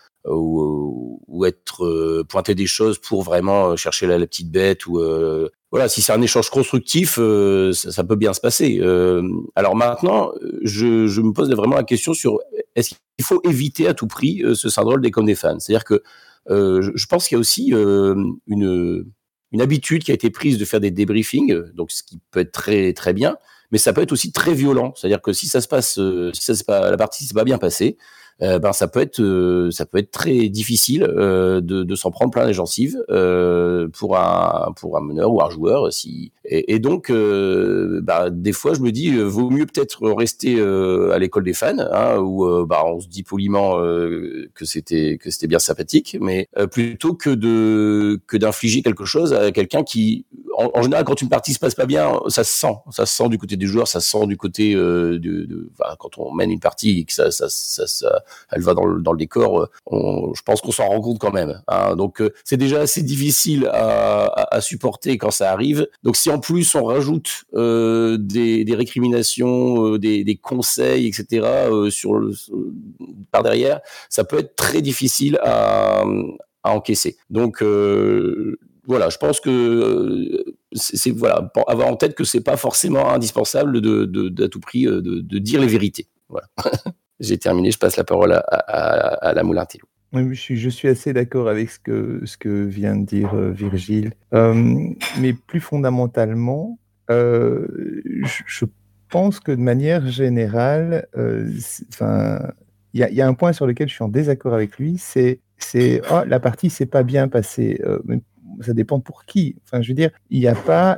être pointer des choses pour vraiment chercher la petite bête ou voilà, si c'est un échange constructif, ça peut bien se passer. Alors maintenant, je me pose vraiment la question sur est-ce qu'il faut éviter à tout prix ce syndrome des comme des fans. C'est-à-dire que je pense qu'il y a aussi une habitude qui a été prise de faire des débriefings, donc ce qui peut être très très bien, mais ça peut être aussi très violent. C'est-à-dire que si la partie s'est pas bien passée, ça peut être très difficile de s'en prendre plein les gencives pour un meneur ou un joueur et donc des fois je me dis vaut mieux peut-être rester à l'école des fans où on se dit poliment que c'était bien sympathique, mais plutôt que d'infliger quelque chose à quelqu'un qui en général, quand une partie se passe pas bien, ça se sent du côté des joueurs, ça se sent du côté quand on mène une partie et que ça elle va dans le décor, je pense qu'on s'en rend compte quand même. Donc c'est déjà assez difficile à supporter quand ça arrive. Donc si en plus on rajoute des récriminations, des conseils, etc. Par derrière, ça peut être très difficile à encaisser. Donc voilà, je pense que pour avoir en tête que c'est pas forcément indispensable d'à tout prix de dire les vérités. Voilà. J'ai terminé, je passe la parole à la Moulintello. Oui, je suis assez d'accord avec ce que vient de dire Virgile. Mais plus fondamentalement, je pense que de manière générale, il y a un point sur lequel je suis en désaccord avec lui, c'est la partie s'est pas bien passée. Mais ça dépend pour qui. Enfin, je veux dire, il n'y a pas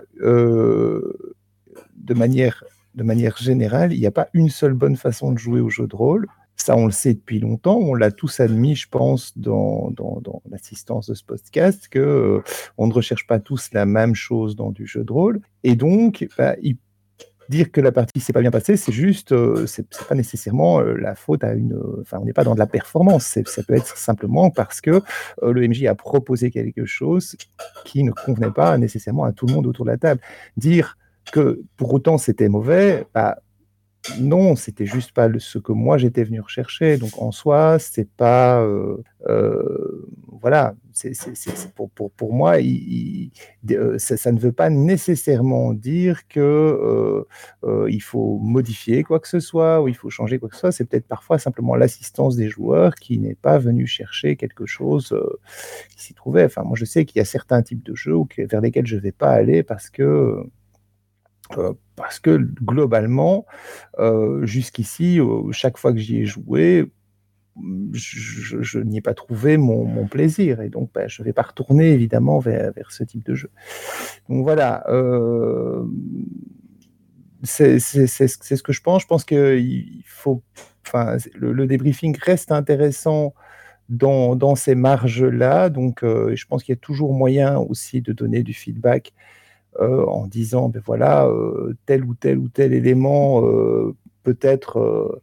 de manière générale, il n'y a pas une seule bonne façon de jouer au jeu de rôle. Ça, on le sait depuis longtemps. On l'a tous admis, je pense, dans l'assistance de ce podcast, que on ne recherche pas tous la même chose dans du jeu de rôle. Et donc, dire que la partie s'est pas bien passée, c'est juste, c'est pas nécessairement la faute à on n'est pas dans de la performance. Ça peut être simplement parce que le MJ a proposé quelque chose qui ne convenait pas nécessairement à tout le monde autour de la table. Dire que pour autant c'était mauvais, non, c'était juste pas ce que moi j'étais venu rechercher. Donc en soi, c'est pas voilà. C'est pour moi, ça ne veut pas nécessairement dire que il faut modifier quoi que ce soit ou il faut changer quoi que ce soit. C'est peut-être parfois simplement l'assistance des joueurs qui n'est pas venue chercher quelque chose qui s'y trouvait. Enfin, moi je sais qu'il y a certains types de jeux vers lesquels je vais pas aller parce que globalement, jusqu'ici, chaque fois que j'y ai joué, je n'y ai pas trouvé mon plaisir. Et donc, je ne vais pas retourner, évidemment, vers ce type de jeu. Donc voilà, c'est ce que je pense. Je pense qu'il faut... le débriefing reste intéressant dans ces marges-là. Donc, je pense qu'il y a toujours moyen aussi de donner du feedback en disant tel ou tel élément peut être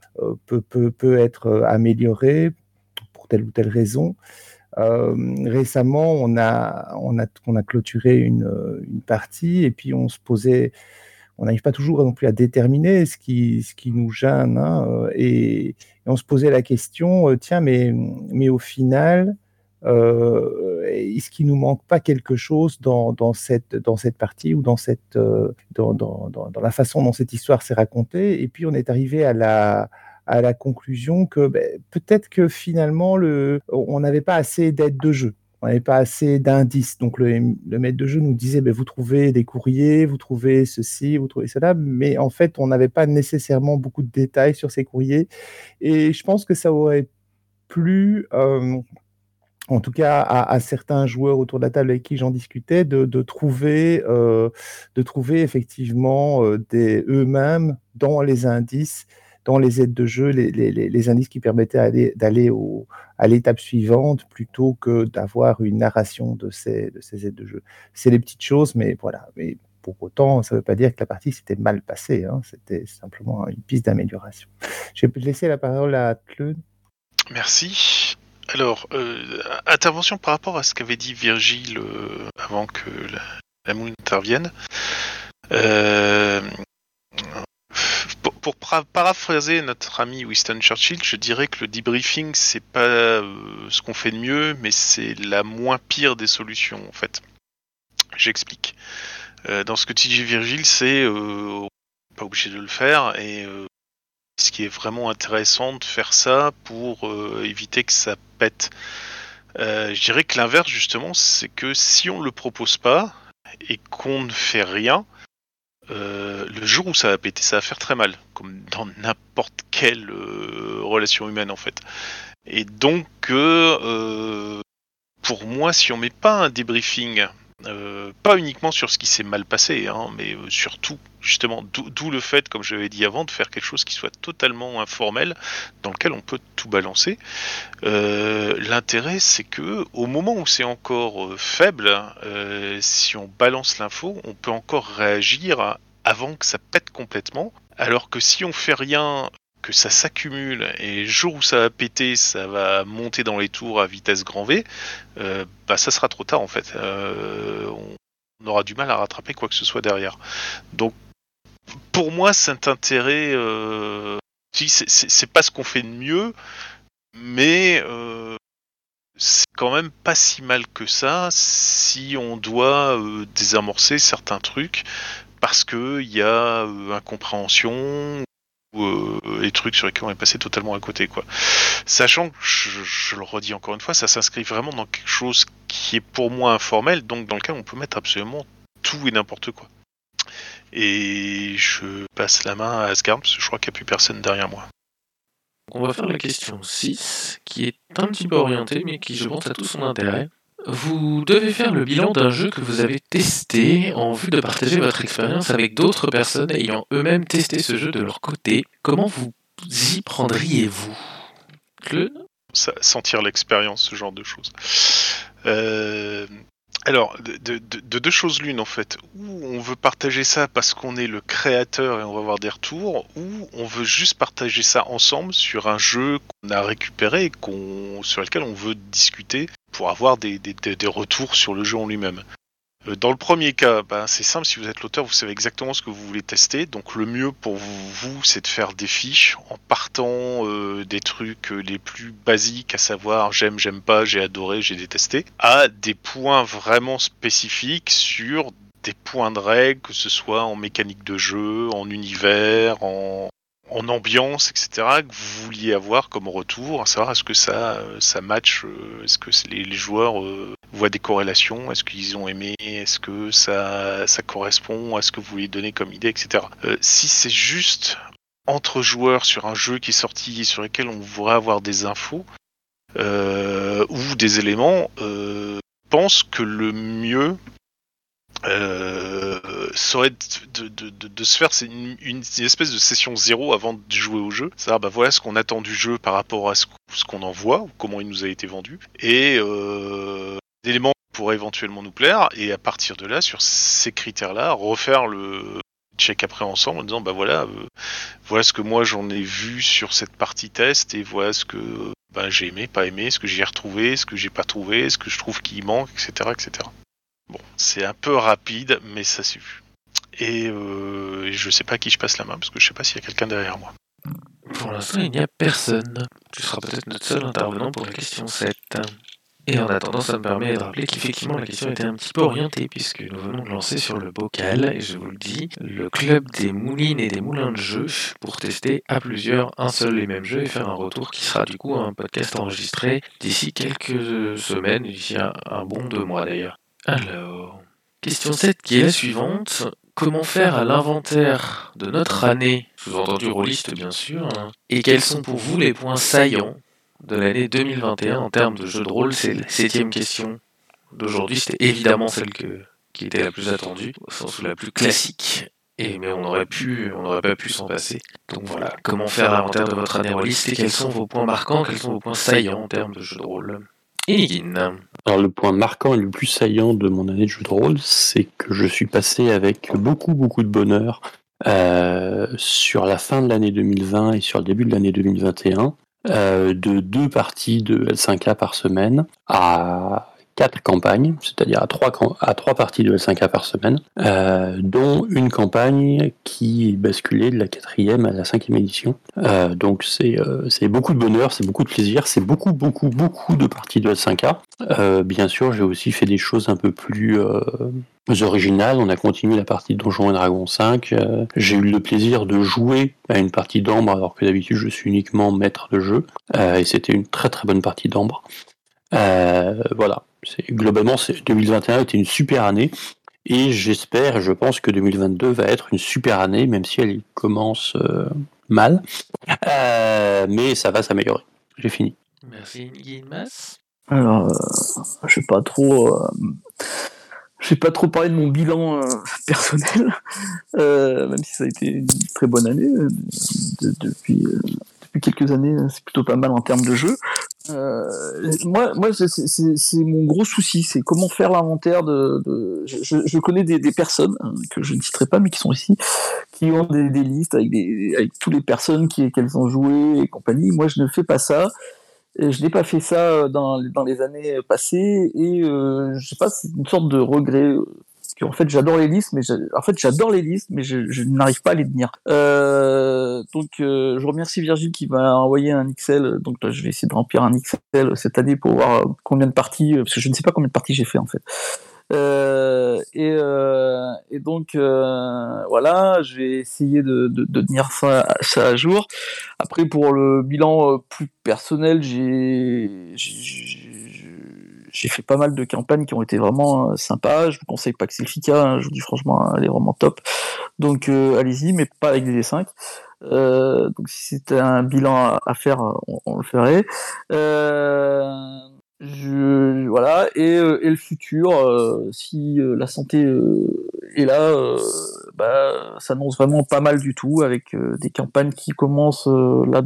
amélioré pour telle ou telle raison. Récemment, on a clôturé une partie et puis on se posait on n'arrive pas toujours non plus à déterminer ce qui nous gêne, hein, et on se posait la question, tiens, mais au final, est-ce qu'il nous manque pas quelque chose dans cette partie ou dans la façon dont cette histoire s'est racontée? Et puis on est arrivé à la conclusion que peut-être que finalement on n'avait pas assez d'aides de jeu. On n'avait pas assez d'indices. Donc le maître de jeu nous disait vous trouvez des courriers, vous trouvez ceci, vous trouvez cela, mais en fait on n'avait pas nécessairement beaucoup de détails sur ces courriers. Et je pense que ça aurait plu, en tout cas à certains joueurs autour de la table avec qui j'en discutais, de trouver effectivement eux-mêmes dans les indices, dans les aides de jeu, les indices qui permettaient d'aller à l'étape suivante plutôt que d'avoir une narration de ces aides de jeu. C'est des petites choses, mais voilà. Mais pour autant, ça ne veut pas dire que la partie s'était mal passée, hein. C'était simplement une piste d'amélioration. Je vais laisser la parole à Claude. Merci. Alors, intervention par rapport à ce qu'avait dit Virgile avant que la moule intervienne. Pour paraphraser notre ami Winston Churchill, je dirais que le debriefing, c'est pas ce qu'on fait de mieux, mais c'est la moins pire des solutions, en fait. J'explique. Dans ce que tu dis, Virgile, c'est pas obligé de le faire, et ce qui est vraiment intéressant de faire ça pour éviter que ça pète. Je dirais que l'inverse, justement, c'est que si on le propose pas et qu'on ne fait rien, le jour où ça va péter, ça va faire très mal, comme dans n'importe quelle relation humaine, en fait. Et donc, pour moi, si on met pas un débriefing, pas uniquement sur ce qui s'est mal passé, hein, mais surtout, justement, d'où le fait, comme je l'avais dit avant, de faire quelque chose qui soit totalement informel, dans lequel on peut tout balancer. L'intérêt, c'est que au moment où c'est encore faible, si on balance l'info, on peut encore réagir avant que ça pète complètement, alors que si on fait rien, que ça s'accumule, et le jour où ça va péter, ça va monter dans les tours à vitesse grand V, ça sera trop tard en fait. On aura du mal à rattraper quoi que ce soit derrière. Donc, pour moi, cet intérêt, c'est pas ce qu'on fait de mieux, mais c'est quand même pas si mal que ça si on doit désamorcer certains trucs parce que il y a incompréhension ou les trucs sur lesquels on est passé totalement à côté, quoi. Sachant que, je le redis encore une fois, ça s'inscrit vraiment dans quelque chose qui est pour moi informel, donc dans lequel on peut mettre absolument tout et n'importe quoi. Et je passe la main à Asgard, parce que je crois qu'il n'y a plus personne derrière moi. On va faire la question 6, qui est un petit peu orientée, mais qui, je pense, a tout son intérêt. Vous devez faire le bilan d'un jeu que vous avez testé en vue de partager votre expérience avec d'autres personnes ayant eux-mêmes testé ce jeu de leur côté. Comment vous y prendriez-vous, Claude ? Sentir l'expérience, ce genre de choses. Alors, de deux choses l'une, en fait. Ou on veut partager ça parce qu'on est le créateur et on va avoir des retours, ou on veut juste partager ça ensemble sur un jeu qu'on a récupéré et sur lequel on veut discuter pour avoir des retours sur le jeu en lui-même. Dans le premier cas, c'est simple, si vous êtes l'auteur, vous savez exactement ce que vous voulez tester, donc le mieux pour vous, c'est de faire des fiches en partant des trucs les plus basiques, à savoir j'aime, j'aime pas, j'ai adoré, j'ai détesté, à des points vraiment spécifiques sur des points de règle, que ce soit en mécanique de jeu, en univers, en ambiance, etc., que vous vouliez avoir comme retour, à savoir est-ce que ça match, est-ce que les joueurs voient des corrélations, est-ce qu'ils ont aimé, est-ce que ça correspond à ce que vous voulez donner comme idée, etc. Si c'est juste entre joueurs sur un jeu qui est sorti et sur lequel on voudrait avoir des infos ou des éléments, je pense que le mieux serait de se faire une espèce de session zéro avant de jouer au jeu. C'est-à-dire, voilà ce qu'on attend du jeu par rapport à ce qu'on en voit, ou comment il nous a été vendu, et d'éléments qui pourraient éventuellement nous plaire, et à partir de là, sur ces critères-là, refaire le check après ensemble en disant, voilà ce que moi j'en ai vu sur cette partie test, et voilà ce que j'ai aimé, pas aimé, ce que j'ai retrouvé, ce que j'ai pas trouvé, ce que je trouve qu'il manque, etc., etc. Bon, c'est un peu rapide, mais ça suffit. Et je sais pas à qui je passe la main, parce que je sais pas s'il y a quelqu'un derrière moi. Pour l'instant, il n'y a personne. Tu seras peut-être notre seul intervenant pour la question 7. Et en attendant, ça me permet de rappeler qu'effectivement la question était un petit peu orientée, puisque nous venons de lancer sur le bocal, et je vous le dis, le club des moulines et des moulins de jeux, pour tester à plusieurs un seul et même jeu et faire un retour qui sera du coup un podcast enregistré d'ici quelques semaines, d'ici un bon 2 mois d'ailleurs. Alors, question 7 qui est la suivante. Comment faire à l'inventaire de notre année, sous-entendu rôliste bien sûr, hein, et quels sont pour vous les points saillants de l'année 2021 en termes de jeu de rôle? C'est la 7e question d'aujourd'hui, c'était évidemment celle qui était la plus attendue, au sens où la plus classique, mais on n'aurait pas pu s'en passer. Donc voilà, comment faire l'inventaire de votre année rôliste et quels sont vos points marquants, quels sont vos points saillants en termes de jeu de rôle? Enigin. Alors le point marquant et le plus saillant de mon année de jeu de rôle, c'est que je suis passé avec beaucoup de bonheur sur la fin de l'année 2020 et sur le début de l'année 2021, de 2 parties de L5A par semaine à 4 campagnes, c'est-à-dire à 3 parties de L5A par semaine, dont une campagne qui basculait de la 4e à la 5e édition. Donc c'est beaucoup de bonheur, c'est beaucoup de plaisir, c'est beaucoup de parties de L5A. Bien sûr, j'ai aussi fait des choses un peu plus originales. On a continué la partie de Donjons et Dragons 5. J'ai eu le plaisir de jouer à une partie d'Ambre, alors que d'habitude je suis uniquement maître de jeu. Et c'était une très bonne partie d'Ambre. Voilà. Globalement, 2021 était une super année. Et je pense que 2022 va être une super année, même si elle commence mal. Mais ça va s'améliorer. J'ai fini. Merci, Guilmas. Alors, je vais pas trop parler de mon bilan personnel, même si ça a été une très bonne année. Depuis quelques années, c'est plutôt pas mal en termes de jeu. Moi, c'est mon gros souci, c'est comment faire l'inventaire je connais des personnes que je ne citerai pas, mais qui sont ici, qui ont des listes avec toutes les personnes qu'elles ont joué et compagnie. Moi, je ne fais pas ça. Je n'ai pas fait ça dans les années passées et je sais pas, c'est une sorte de regret. En fait, j'adore les listes, mais je n'arrive pas à les tenir. Donc, je remercie Virgile qui m'a envoyé un Excel. Donc, là, je vais essayer de remplir un Excel cette année pour voir combien de parties, parce que je ne sais pas combien de parties j'ai fait en fait. Et donc voilà, je vais essayer de tenir ça à jour. Après, pour le bilan plus personnel, j'ai fait pas mal de campagnes qui ont été vraiment sympas. Je vous conseille pas que c'est le FICA, hein, je vous dis franchement, elle est vraiment top. Donc allez-y, mais pas avec des D5. Donc si c'était un bilan à faire, on le ferait. Voilà, et le futur, si la santé est là, ça annonce vraiment pas mal du tout, avec des campagnes qui commencent là,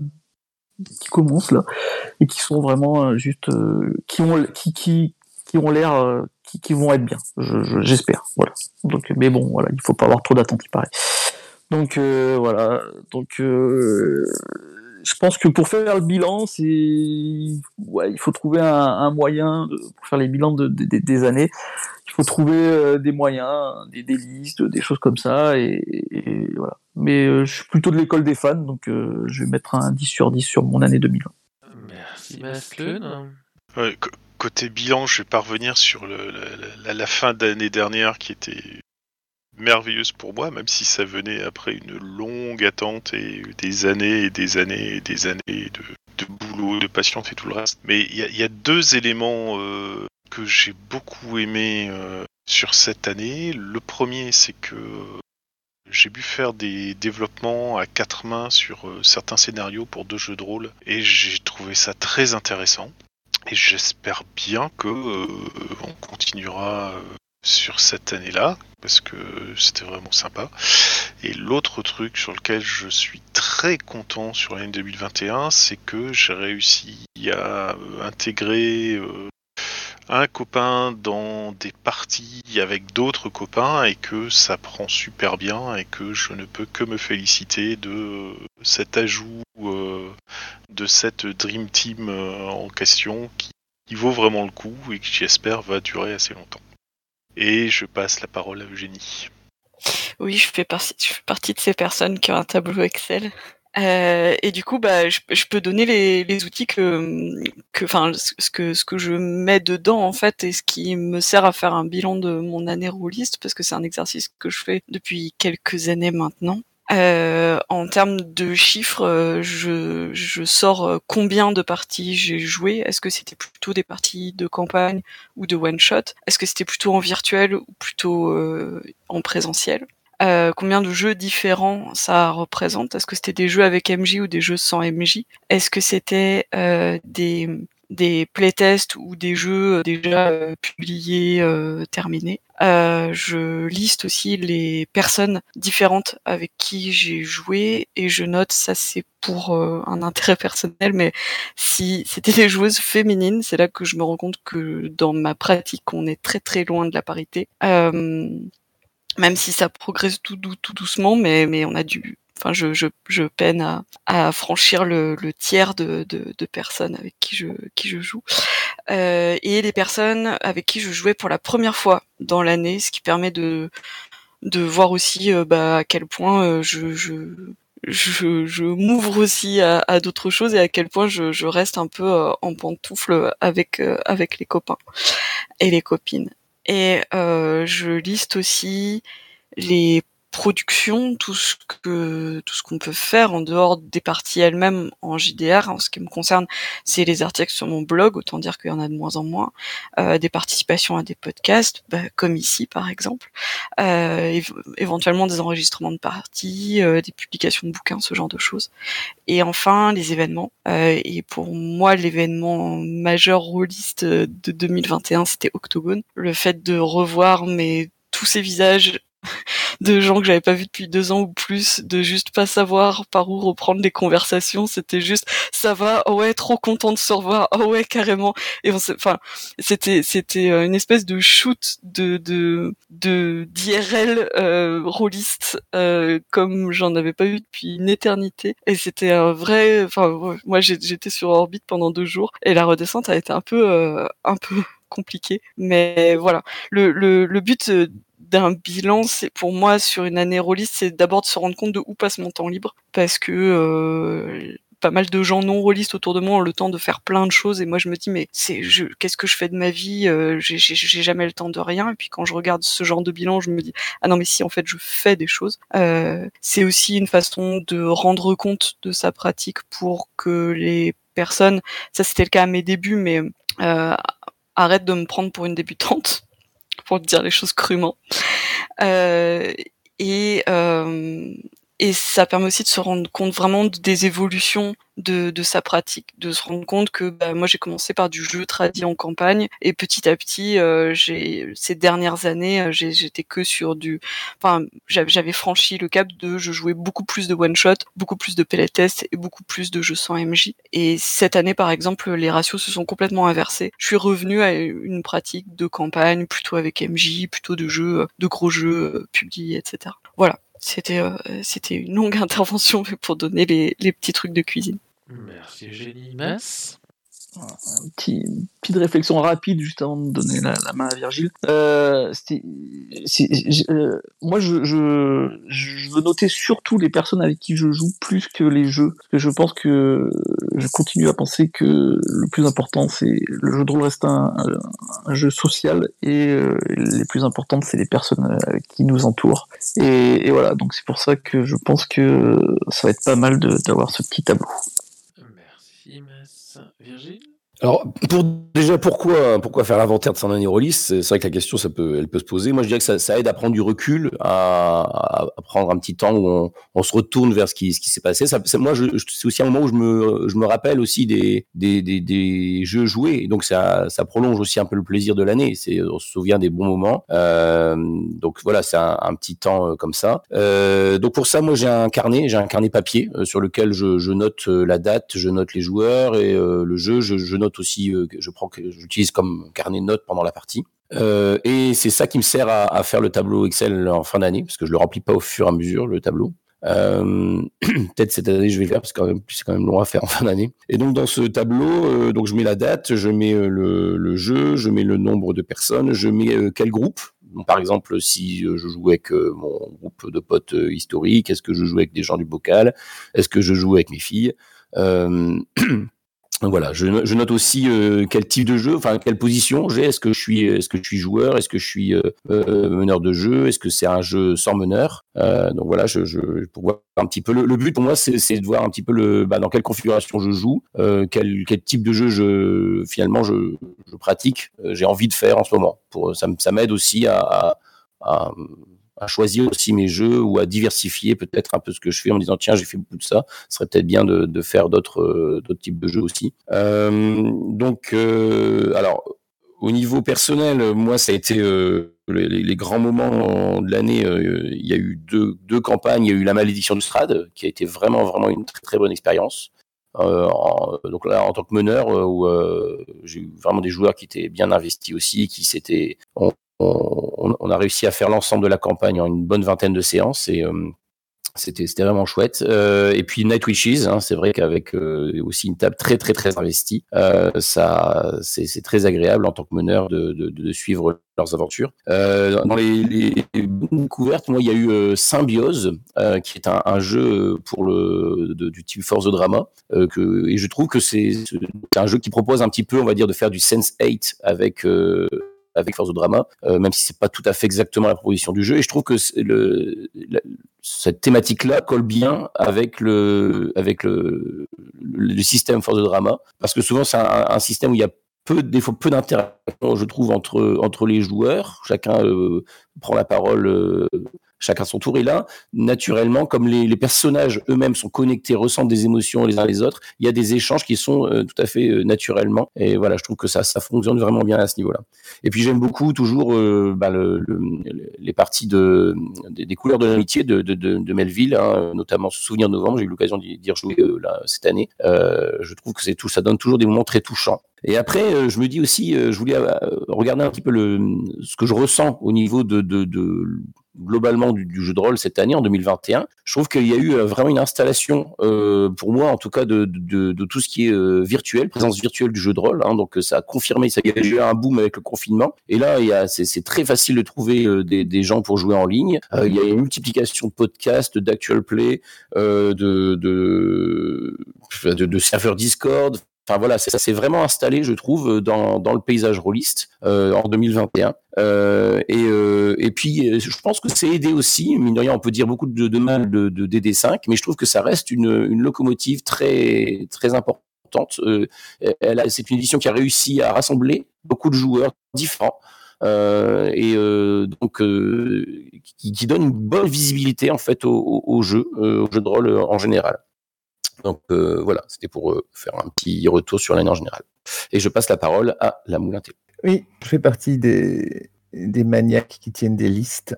et qui sont vraiment juste, qui ont l'air, qui vont être bien, j'espère, voilà. Donc, mais bon, voilà, il faut pas avoir trop d'attentes, il paraît. Donc voilà, donc je pense que pour faire le bilan, il faut trouver un moyen pour faire les bilans des années. Il faut trouver des moyens, des listes, des choses comme ça, et voilà. Mais je suis plutôt de l'école des fans, donc je vais mettre un 10 sur 10 sur mon année 2020. Merci, Masclun. Côté bilan, je vais pas revenir sur la fin d'année dernière qui était merveilleuse pour moi, même si ça venait après une longue attente et des années et des années et des années de boulot, de patience et tout le reste. Mais il y a 2 éléments que j'ai beaucoup aimé sur cette année. Le premier, c'est que j'ai pu faire des développements à 4 mains sur certains scénarios pour 2 jeux de rôle, et j'ai trouvé ça très intéressant. Et j'espère bien que on continuera sur cette année-là, parce que c'était vraiment sympa. Et l'autre truc sur lequel je suis très content sur l'année 2021, c'est que j'ai réussi à intégrer un copain dans des parties avec d'autres copains, et que ça prend super bien, et que je ne peux que me féliciter de cet ajout de cette Dream Team en question qui vaut vraiment le coup et qui, j'espère, va durer assez longtemps. Et je passe la parole à Eugénie. Oui, je fais partie de ces personnes qui ont un tableau Excel. Et du coup, je peux donner les outils ce que je mets dedans en fait, et ce qui me sert à faire un bilan de mon année rôliste, parce que c'est un exercice que je fais depuis quelques années maintenant. En termes de chiffres, je sors combien de parties j'ai joué. Est-ce que c'était plutôt des parties de campagne ou de one shot? Est-ce que c'était plutôt en virtuel ou plutôt en présentiel? Combien de jeux différents ça représente? Est-ce que c'était des jeux avec MJ ou des jeux sans MJ? Est-ce que c'était des playtests ou des jeux déjà publiés, terminés? Je liste aussi les personnes différentes avec qui j'ai joué et je note, ça c'est pour un intérêt personnel, mais si c'était des joueuses féminines, c'est là que je me rends compte que dans ma pratique, on est très très loin de la parité. Même si ça progresse tout doucement, mais on a je peine à franchir le tiers de personnes avec qui je joue. Et les personnes avec qui je jouais pour la première fois dans l'année, ce qui permet de voir aussi à quel point je m'ouvre aussi à d'autres choses, et à quel point je reste un peu en pantoufle avec les copains et les copines. Et je liste aussi les productions, tout ce qu'on peut faire en dehors des parties elles-mêmes en JDR. En ce qui me concerne, c'est les articles sur mon blog, autant dire qu'il y en a de moins en moins, des participations à des podcasts, comme ici par exemple, éventuellement des enregistrements de parties, des publications de bouquins, ce genre de choses. Et enfin, les événements. Et pour moi, l'événement majeur rôliste de 2021, c'était Octogone. Le fait de revoir tous ces visages de gens que j'avais pas vus depuis 2 ans ou plus, de juste pas savoir par où reprendre les conversations, c'était juste ça va, oh ouais, trop content de se revoir, oh ouais, carrément. Et c'était une espèce de shoot d'IRL rôliste, comme j'en avais pas eu depuis une éternité, et c'était un vrai, moi j'étais sur orbite pendant 2 jours, et la redescente a été un peu compliquée, mais voilà, le but d'un bilan, c'est pour moi sur une année rôliste, c'est d'abord de se rendre compte de où passe mon temps libre, parce que pas mal de gens non rôlistes autour de moi ont le temps de faire plein de choses, et moi je me dis mais qu'est-ce que je fais de ma vie, j'ai jamais le temps de rien. Et puis quand je regarde ce genre de bilan, je me dis ah non mais si, en fait je fais des choses. C'est aussi une façon de rendre compte de sa pratique pour que les personnes, ça c'était le cas à mes débuts, mais arrêtent de me prendre pour une débutante, pour dire les choses crûment. Et ça permet aussi de se rendre compte vraiment des évolutions de sa pratique, de se rendre compte que moi j'ai commencé par du jeu tradi en campagne, et petit à petit ces dernières années j'étais que sur j'avais franchi le cap je jouais beaucoup plus de one shot, beaucoup plus de playtest et beaucoup plus de jeux sans MJ. Et cette année par exemple, les ratios se sont complètement inversés. Je suis revenue à une pratique de campagne plutôt avec MJ, plutôt de jeux, de gros jeux publiés, etc. Voilà. C'était une longue intervention pour donner les petits trucs de cuisine. Merci Eugénie. Mas ? Petite réflexion rapide juste avant de donner la main à Virgile. Moi, je veux noter surtout les personnes avec qui je joue plus que les jeux, parce que je pense que je continue à penser que le plus important, c'est le jeu de rôle reste un jeu social, et les plus importantes, c'est les personnes avec qui nous entourent. Et voilà, donc c'est pour ça que je pense que ça va être pas mal d'avoir ce petit tableau. Merci Mas. Virgile ? Alors, pourquoi faire l'inventaire de son année rôliste? C'est vrai que la question, elle peut se poser. Moi, je dirais que ça aide à prendre du recul, à prendre un petit temps où on se retourne vers ce qui s'est passé. Moi, c'est aussi un moment où je me rappelle aussi des jeux joués. Donc, ça prolonge aussi un peu le plaisir de l'année. On se souvient des bons moments. Donc, voilà, c'est un petit temps comme ça. Donc, pour ça, moi, j'ai un carnet papier sur lequel je note la date, je note les joueurs et le jeu, je note aussi j'utilise comme carnet de notes pendant la partie. Et c'est ça qui me sert à faire le tableau Excel en fin d'année, parce que je le remplis pas au fur et à mesure, le tableau. Peut-être cette année je vais le faire parce que c'est quand même long à faire en fin d'année. Et donc dans ce tableau, donc je mets la date, je mets le jeu, je mets le nombre de personnes, je mets quel groupe. Donc, par exemple, si je joue avec mon groupe de potes historiques, est-ce que je joue avec des gens du bocal, est-ce que je joue avec mes filles. Donc voilà, je note aussi quel type de jeu, enfin quelle position j'ai. Est-ce que je suis joueur, est-ce que je suis meneur de jeu, est-ce que c'est un jeu sans meneur. Donc voilà, pour voir un petit peu le but pour moi, c'est de voir un petit peu dans quelle configuration je joue, quel type de jeu je pratique, j'ai envie de faire en ce moment. Ça m'aide aussi à choisir aussi mes jeux ou à diversifier peut-être un peu ce que je fais en me disant tiens, j'ai fait beaucoup de ça, ce serait peut-être bien de faire d'autres types de jeux aussi. Alors au niveau personnel, moi ça a été les grands moments de l'année. Il y a eu deux campagnes. Il y a eu la malédiction du Strad qui a été vraiment une très très bonne expérience. Donc là en tant que meneur où j'ai eu vraiment des joueurs qui étaient bien investis aussi, on a réussi à faire l'ensemble de la campagne en une bonne vingtaine de séances et c'était vraiment chouette. Et puis Night Witches, c'est vrai qu'avec aussi une table très très très investie, c'est très agréable en tant que meneur de suivre leurs aventures. Dans les découvertes, moi il y a eu Symbiose, qui est un jeu du type Force of Drama, et je trouve que c'est un jeu qui propose un petit peu, on va dire, de faire du Sense8 avec Force of Drama, même si c'est pas tout à fait exactement la proposition du jeu. Et je trouve que cette thématique-là colle bien avec le système Force of Drama, parce que souvent c'est un système où il y a des fois peu d'interaction, je trouve, entre les joueurs. Chacun prend la parole. Chacun son tour. Et là, naturellement, comme les personnages eux-mêmes sont connectés, ressentent des émotions les uns les autres, il y a des échanges qui sont tout à fait naturellement. Et voilà, je trouve que ça fonctionne vraiment bien à ce niveau-là. Et puis j'aime beaucoup toujours les parties des couleurs de l'amitié de Melville, notamment Souvenir de Novembre. J'ai eu l'occasion d'y rejouer cette année. Je trouve que ça donne toujours des moments très touchants. Et après, je me dis aussi, je voulais regarder un petit peu ce que je ressens au niveau globalement du jeu de rôle cette année, en 2021. Je trouve qu'il y a eu vraiment une installation, pour moi en tout cas, de tout ce qui est virtuel, présence virtuelle du jeu de rôle. Donc ça a confirmé, il y a eu un boom avec le confinement. Et là, c'est très facile de trouver des gens pour jouer en ligne. Il y a une multiplication de podcasts, d'actual play, de serveurs Discord. Enfin voilà, ça s'est vraiment installé, je trouve, dans le paysage rôliste en 2021. Et puis, je pense que c'est aidé aussi. Mine de rien, on peut dire beaucoup de mal de DD5, mais je trouve que ça reste une locomotive très très importante. C'est une édition qui a réussi à rassembler beaucoup de joueurs différents. Donc qui donne une bonne visibilité en fait au jeu de rôle en général. Donc voilà, c'était pour faire un petit retour sur l'année en général. Et je passe la parole à la Moulin Théo. Oui, je fais partie des maniaques qui tiennent des listes.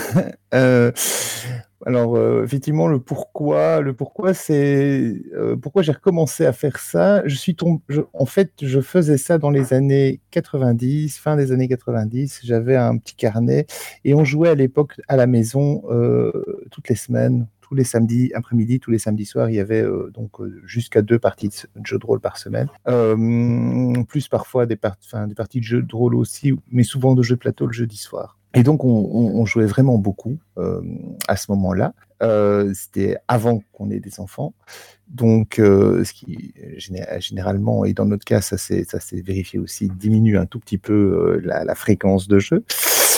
Alors effectivement, le pourquoi c'est pourquoi j'ai recommencé à faire ça. En fait, je faisais ça dans les années 90, fin des années 90. J'avais un petit carnet et on jouait à l'époque à la maison toutes les semaines. Tous les samedis après-midi, tous les samedis soirs, il y avait jusqu'à 2 parties de jeux de rôle par semaine. Plus parfois des parties de jeux de rôle aussi, mais souvent de jeux de plateau le jeudi soir. Et donc, on jouait vraiment beaucoup à ce moment-là. C'était avant qu'on ait des enfants. Donc, ce qui, généralement, et dans notre cas, ça s'est vérifié aussi, diminue un tout petit peu la fréquence de jeu.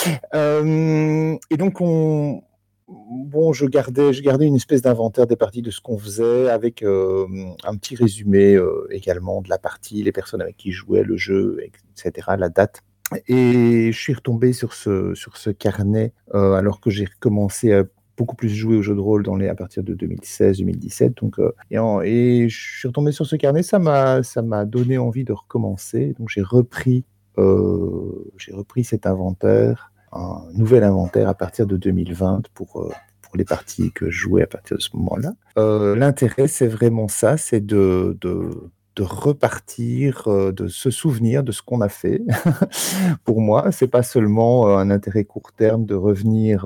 Et donc, je gardais une espèce d'inventaire des parties de ce qu'on faisait avec un petit résumé également de la partie, les personnes avec qui je jouais, le jeu, etc., la date. Et je suis retombé sur ce carnet alors que j'ai recommencé à beaucoup plus jouer aux jeux de rôle à partir de 2016-2017. Donc, et je suis retombé sur ce carnet, ça m'a donné envie de recommencer. Donc j'ai repris cet inventaire, un nouvel inventaire à partir de 2020 pour les parties que je jouais à partir de ce moment-là. L'intérêt, c'est vraiment ça, c'est de repartir, de se souvenir de ce qu'on a fait. Pour moi, c'est pas seulement un intérêt court terme de revenir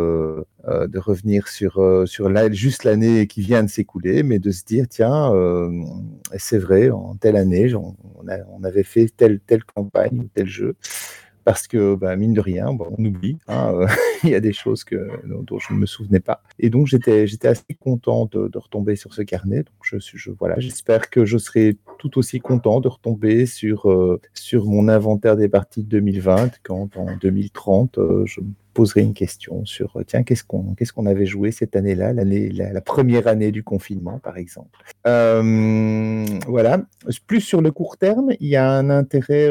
sur juste l'année qui vient de s'écouler, mais de se dire tiens, c'est vrai, en telle année, on avait fait telle campagne ou tel jeu. Parce que, mine de rien, on oublie. Il y a des choses dont je ne me souvenais pas. Et donc, j'étais assez content de retomber sur ce carnet. Donc, voilà, j'espère que je serai tout aussi content de retomber sur mon inventaire des parties de 2020, quand en 2030, je me poserai une question sur tiens, qu'est-ce qu'on avait joué cette année-là, la première année du confinement, par exemple. Voilà. Plus sur le court terme, il y a un intérêt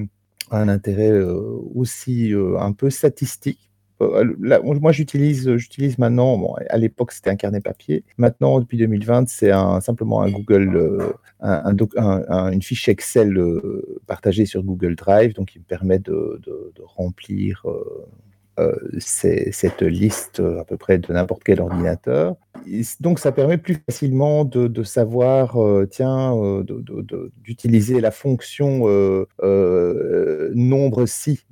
aussi un peu statistique. Là, moi, j'utilise maintenant, bon, à l'époque, c'était un carnet papier. Maintenant, depuis 2020, c'est simplement un Google, une fiche Excel partagée sur Google Drive, donc il me permet de remplir cette liste à peu près de n'importe quel ordinateur. Donc, ça permet plus facilement de savoir, d'utiliser la fonction nombre si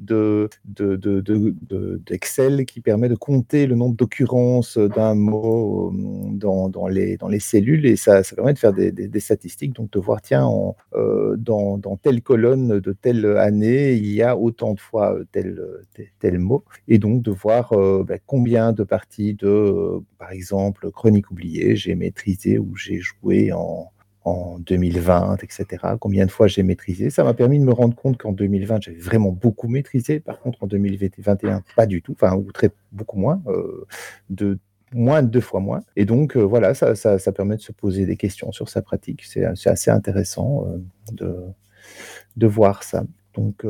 d'Excel qui permet de compter le nombre d'occurrences d'un mot dans les cellules, et ça permet de faire des statistiques, donc de voir, tiens, dans telle colonne de telle année, il y a autant de fois tel mot, et donc de voir combien de parties de, par exemple, Chronique oubliée, j'ai maîtrisé ou j'ai joué en 2020, etc. Combien de fois j'ai maîtrisé. Ça m'a permis de me rendre compte qu'en 2020, j'avais vraiment beaucoup maîtrisé. Par contre, en 2021, pas du tout, ou beaucoup moins, moins de 2 fois moins. Et donc, voilà, ça permet de se poser des questions sur sa pratique. C'est assez intéressant de voir ça. Donc,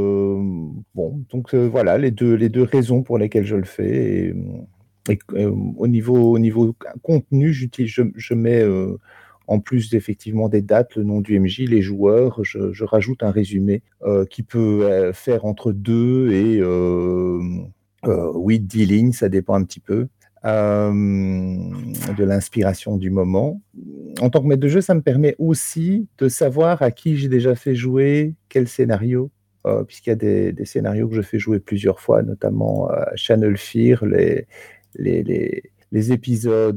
voilà, les deux raisons pour lesquelles je le fais. Et au niveau contenu, je mets, en plus effectivement des dates, le nom du MJ, les joueurs, je rajoute un résumé qui peut faire entre 2 et 8-10 lignes, ça dépend un petit peu de l'inspiration du moment. En tant que maître de jeu, ça me permet aussi de savoir à qui j'ai déjà fait jouer quel scénario, puisqu'il y a des scénarios que je fais jouer plusieurs fois, notamment Channel Fear, les épisodes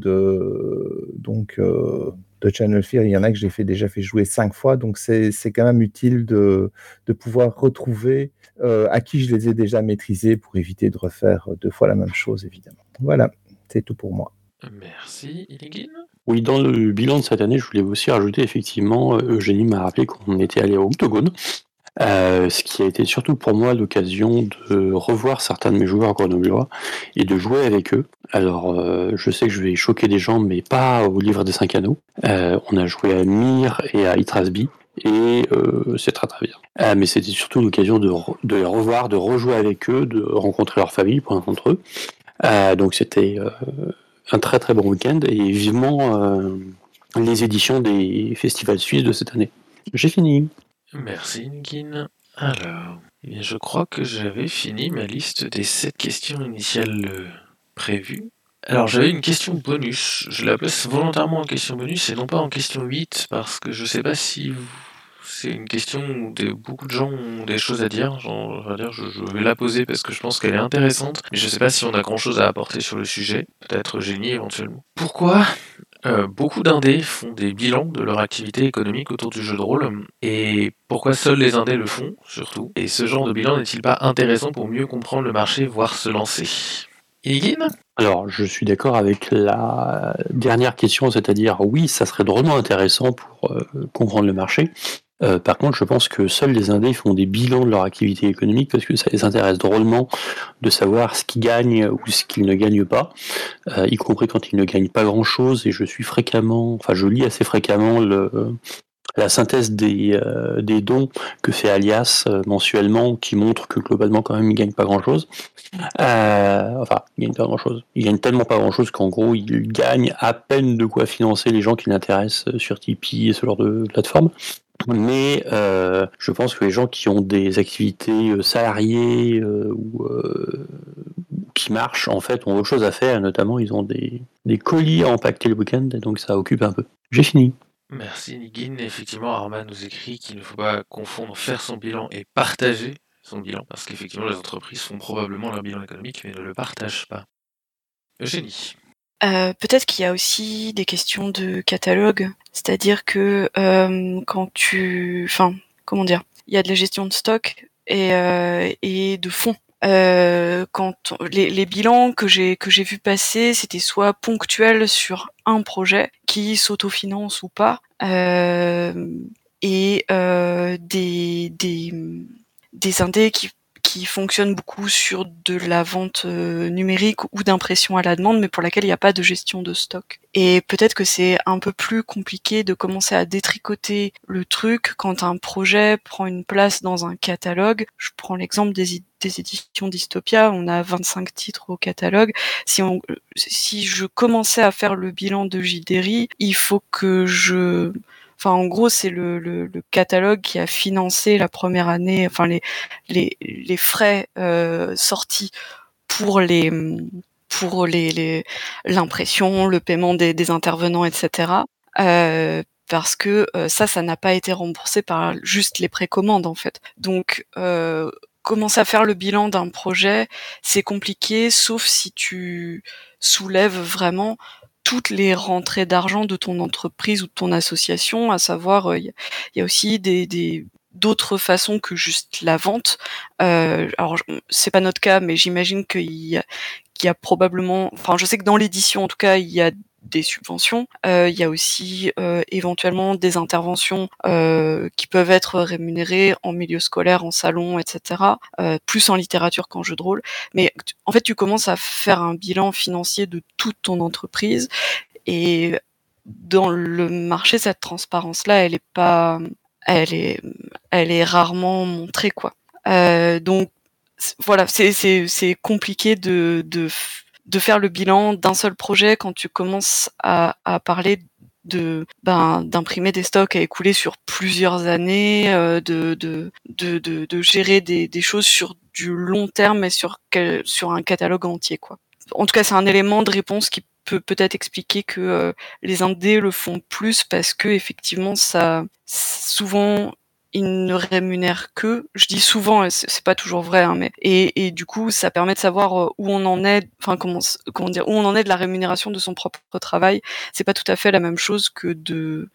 de Channel Fear, il y en a que j'ai déjà fait jouer 5 fois, donc c'est quand même utile de pouvoir retrouver à qui je les ai déjà maîtrisés pour éviter de refaire 2 fois la même chose, évidemment. Voilà, c'est tout pour moi. Merci, Illigin. Oui, dans le bilan de cette année, je voulais aussi rajouter, effectivement, Eugénie m'a rappelé qu'on était allé au Octogone, ce qui a été surtout pour moi l'occasion de revoir certains de mes joueurs grenoblois et de jouer avec eux. Alors, je sais que je vais choquer des gens, mais pas au Livre des 5 Anneaux. On a joué à Myr et à Yggdrasil, et c'est très très bien. Mais c'était surtout l'occasion de les revoir, de rejouer avec eux, de rencontrer leur famille pour un d'entre eux. Donc c'était un très très bon week-end, et vivement les éditions des festivals suisses de cette année. J'ai fini. Merci, Nguin. Alors, je crois que j'avais fini ma liste des 7 questions initiales prévues. Alors, j'avais une question bonus. Je la place volontairement en question bonus et non pas en question 8, parce que je sais pas si c'est une question où beaucoup de gens ont des choses à dire. Je vais la poser parce que je pense qu'elle est intéressante, mais je sais pas si on a grand chose à apporter sur le sujet. Peut-être Génie éventuellement. Pourquoi beaucoup d'indés font des bilans de leur activité économique autour du jeu de rôle, et pourquoi seuls les indés le font, surtout? Et ce genre de bilan n'est-il pas intéressant pour mieux comprendre le marché, voire se lancer? Illigin ? Alors, je suis d'accord avec la dernière question, c'est-à-dire oui, ça serait drôlement intéressant pour comprendre le marché. Par contre, je pense que seuls les indés font des bilans de leur activité économique parce que ça les intéresse drôlement de savoir ce qu'ils gagnent ou ce qu'ils ne gagnent pas, y compris quand ils ne gagnent pas grand-chose. Et je lis assez fréquemment la synthèse des dons que fait Alias mensuellement, qui montre que globalement quand même ils gagnent pas grand-chose. Ils gagnent pas grand-chose. Ils gagnent tellement pas grand-chose qu'en gros ils gagnent à peine de quoi financer les gens qui l'intéressent sur Tipeee et ce genre de plateforme. Mais je pense que les gens qui ont des activités salariées ou qui marchent, en fait, ont autre chose à faire. Notamment, ils ont des colis à empaqueter le week-end, et donc ça occupe un peu. J'ai fini. Merci Nigin. Effectivement, Arman nous écrit qu'il ne faut pas confondre faire son bilan et partager son bilan, parce qu'effectivement, les entreprises font probablement leur bilan économique, mais ne le partagent pas. Eugénie. Peut-être qu'il y a aussi des questions de catalogue, c'est-à-dire que comment dire, il y a de la gestion de stock et de fonds. Les bilans que j'ai vu passer, c'était soit ponctuels sur un projet qui s'autofinance ou pas, et des indés qui fonctionnent beaucoup sur de la vente numérique ou d'impression à la demande, mais pour laquelle il n'y a pas de gestion de stock. Et peut-être que c'est un peu plus compliqué de commencer à détricoter le truc quand un projet prend une place dans un catalogue. Je prends l'exemple des éditions Dystopia, on a 25 titres au catalogue. Si je commençais à faire le bilan de JDRI, il faut que en gros, c'est le catalogue qui a financé la première année, les frais sortis pour l'impression, le paiement des intervenants, etc. Parce que ça n'a pas été remboursé par juste les précommandes en fait. Donc commencer à faire le bilan d'un projet, c'est compliqué, sauf si tu soulèves vraiment toutes les rentrées d'argent de ton entreprise ou de ton association, à savoir, il y a aussi d'autres façons que juste la vente. Alors, c'est pas notre cas, mais j'imagine qu'il y a probablement, je sais que dans l'édition, en tout cas, il y a des subventions. Il y a aussi éventuellement des interventions qui peuvent être rémunérées en milieu scolaire, en salon, etc. Plus en littérature qu'en jeu de rôle. Mais en fait, tu commences à faire un bilan financier de toute ton entreprise et dans le marché, cette transparence-là, elle est rarement montrée, quoi. Donc voilà, c'est compliqué de faire le bilan d'un seul projet quand tu commences à parler d'imprimer des stocks à écouler sur plusieurs années, de gérer des choses sur du long terme et sur un catalogue entier, quoi. En tout cas, c'est un élément de réponse qui peut-être expliquer que les indés le font plus parce que effectivement, ça souvent ils ne rémunèrent que, je dis souvent, c'est pas toujours vrai, hein, mais et du coup ça permet de savoir où on en est, comment dire, où on en est de la rémunération de son propre travail. C'est pas tout à fait la même chose que de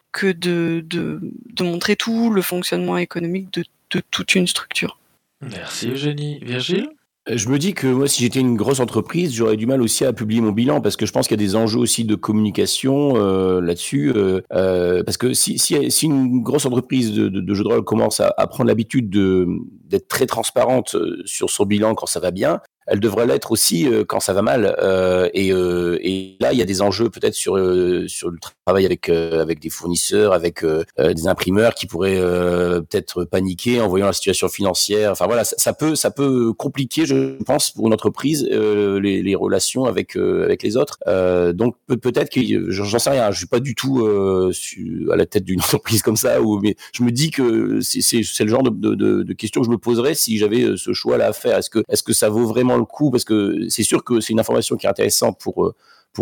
montrer tout le fonctionnement économique de toute une structure. Merci Eugénie. Virgile? Je me dis que moi, si j'étais une grosse entreprise, j'aurais du mal aussi à publier mon bilan parce que je pense qu'il y a des enjeux aussi de communication là-dessus. Parce que si une grosse entreprise de jeux de rôle commence à prendre l'habitude d'être très transparente sur son bilan quand ça va bien, elle devrait l'être aussi quand ça va mal. Et là, il y a des enjeux peut-être sur le travail avec des fournisseurs, avec des imprimeurs qui pourraient peut-être paniquer en voyant la situation financière. Enfin voilà, ça peut compliquer, je pense, pour une entreprise les relations avec les autres. Donc peut-être que j'en sais rien. Je suis pas du tout à la tête d'une entreprise comme ça. Mais je me dis que c'est le genre de questions que je me poserais si j'avais ce choix-là à faire. Est-ce que ça vaut vraiment le coup, parce que c'est sûr que c'est une information qui est intéressante pour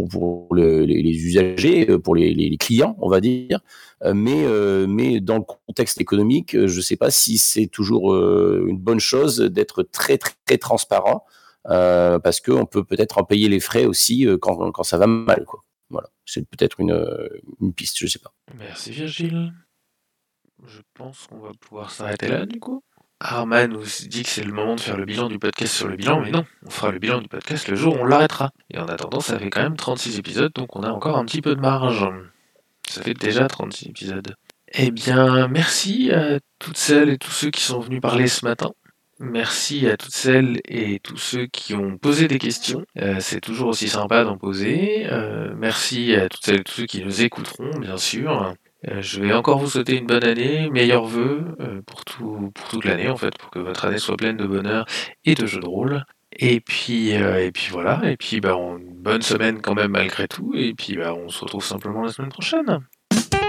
les usagers, pour les clients, on va dire, mais dans le contexte économique, je ne sais pas si c'est toujours une bonne chose d'être très très, très transparent, parce qu'on peut peut-être en payer les frais aussi quand ça va mal, quoi. Voilà, c'est peut-être une piste, je ne sais pas. Merci Virgile. Je pense qu'on va pouvoir s'arrêter là, du coup. Arman nous dit que c'est le moment de faire le bilan du podcast sur le bilan, mais non, on fera le bilan du podcast le jour où on l'arrêtera. Et en attendant, ça fait quand même 36 épisodes, donc on a encore un petit peu de marge. Ça fait déjà 36 épisodes. Eh bien, merci à toutes celles et tous ceux qui sont venus parler ce matin. Merci à toutes celles et tous ceux qui ont posé des questions. C'est toujours aussi sympa d'en poser. Merci à toutes celles et tous ceux qui nous écouteront, bien sûr. Je vais encore vous souhaiter une bonne année, meilleurs vœux pour toute l'année en fait, pour que votre année soit pleine de bonheur et de jeux de rôle. Et puis voilà, et puis une bonne semaine quand même malgré tout, et puis on se retrouve simplement la semaine prochaine.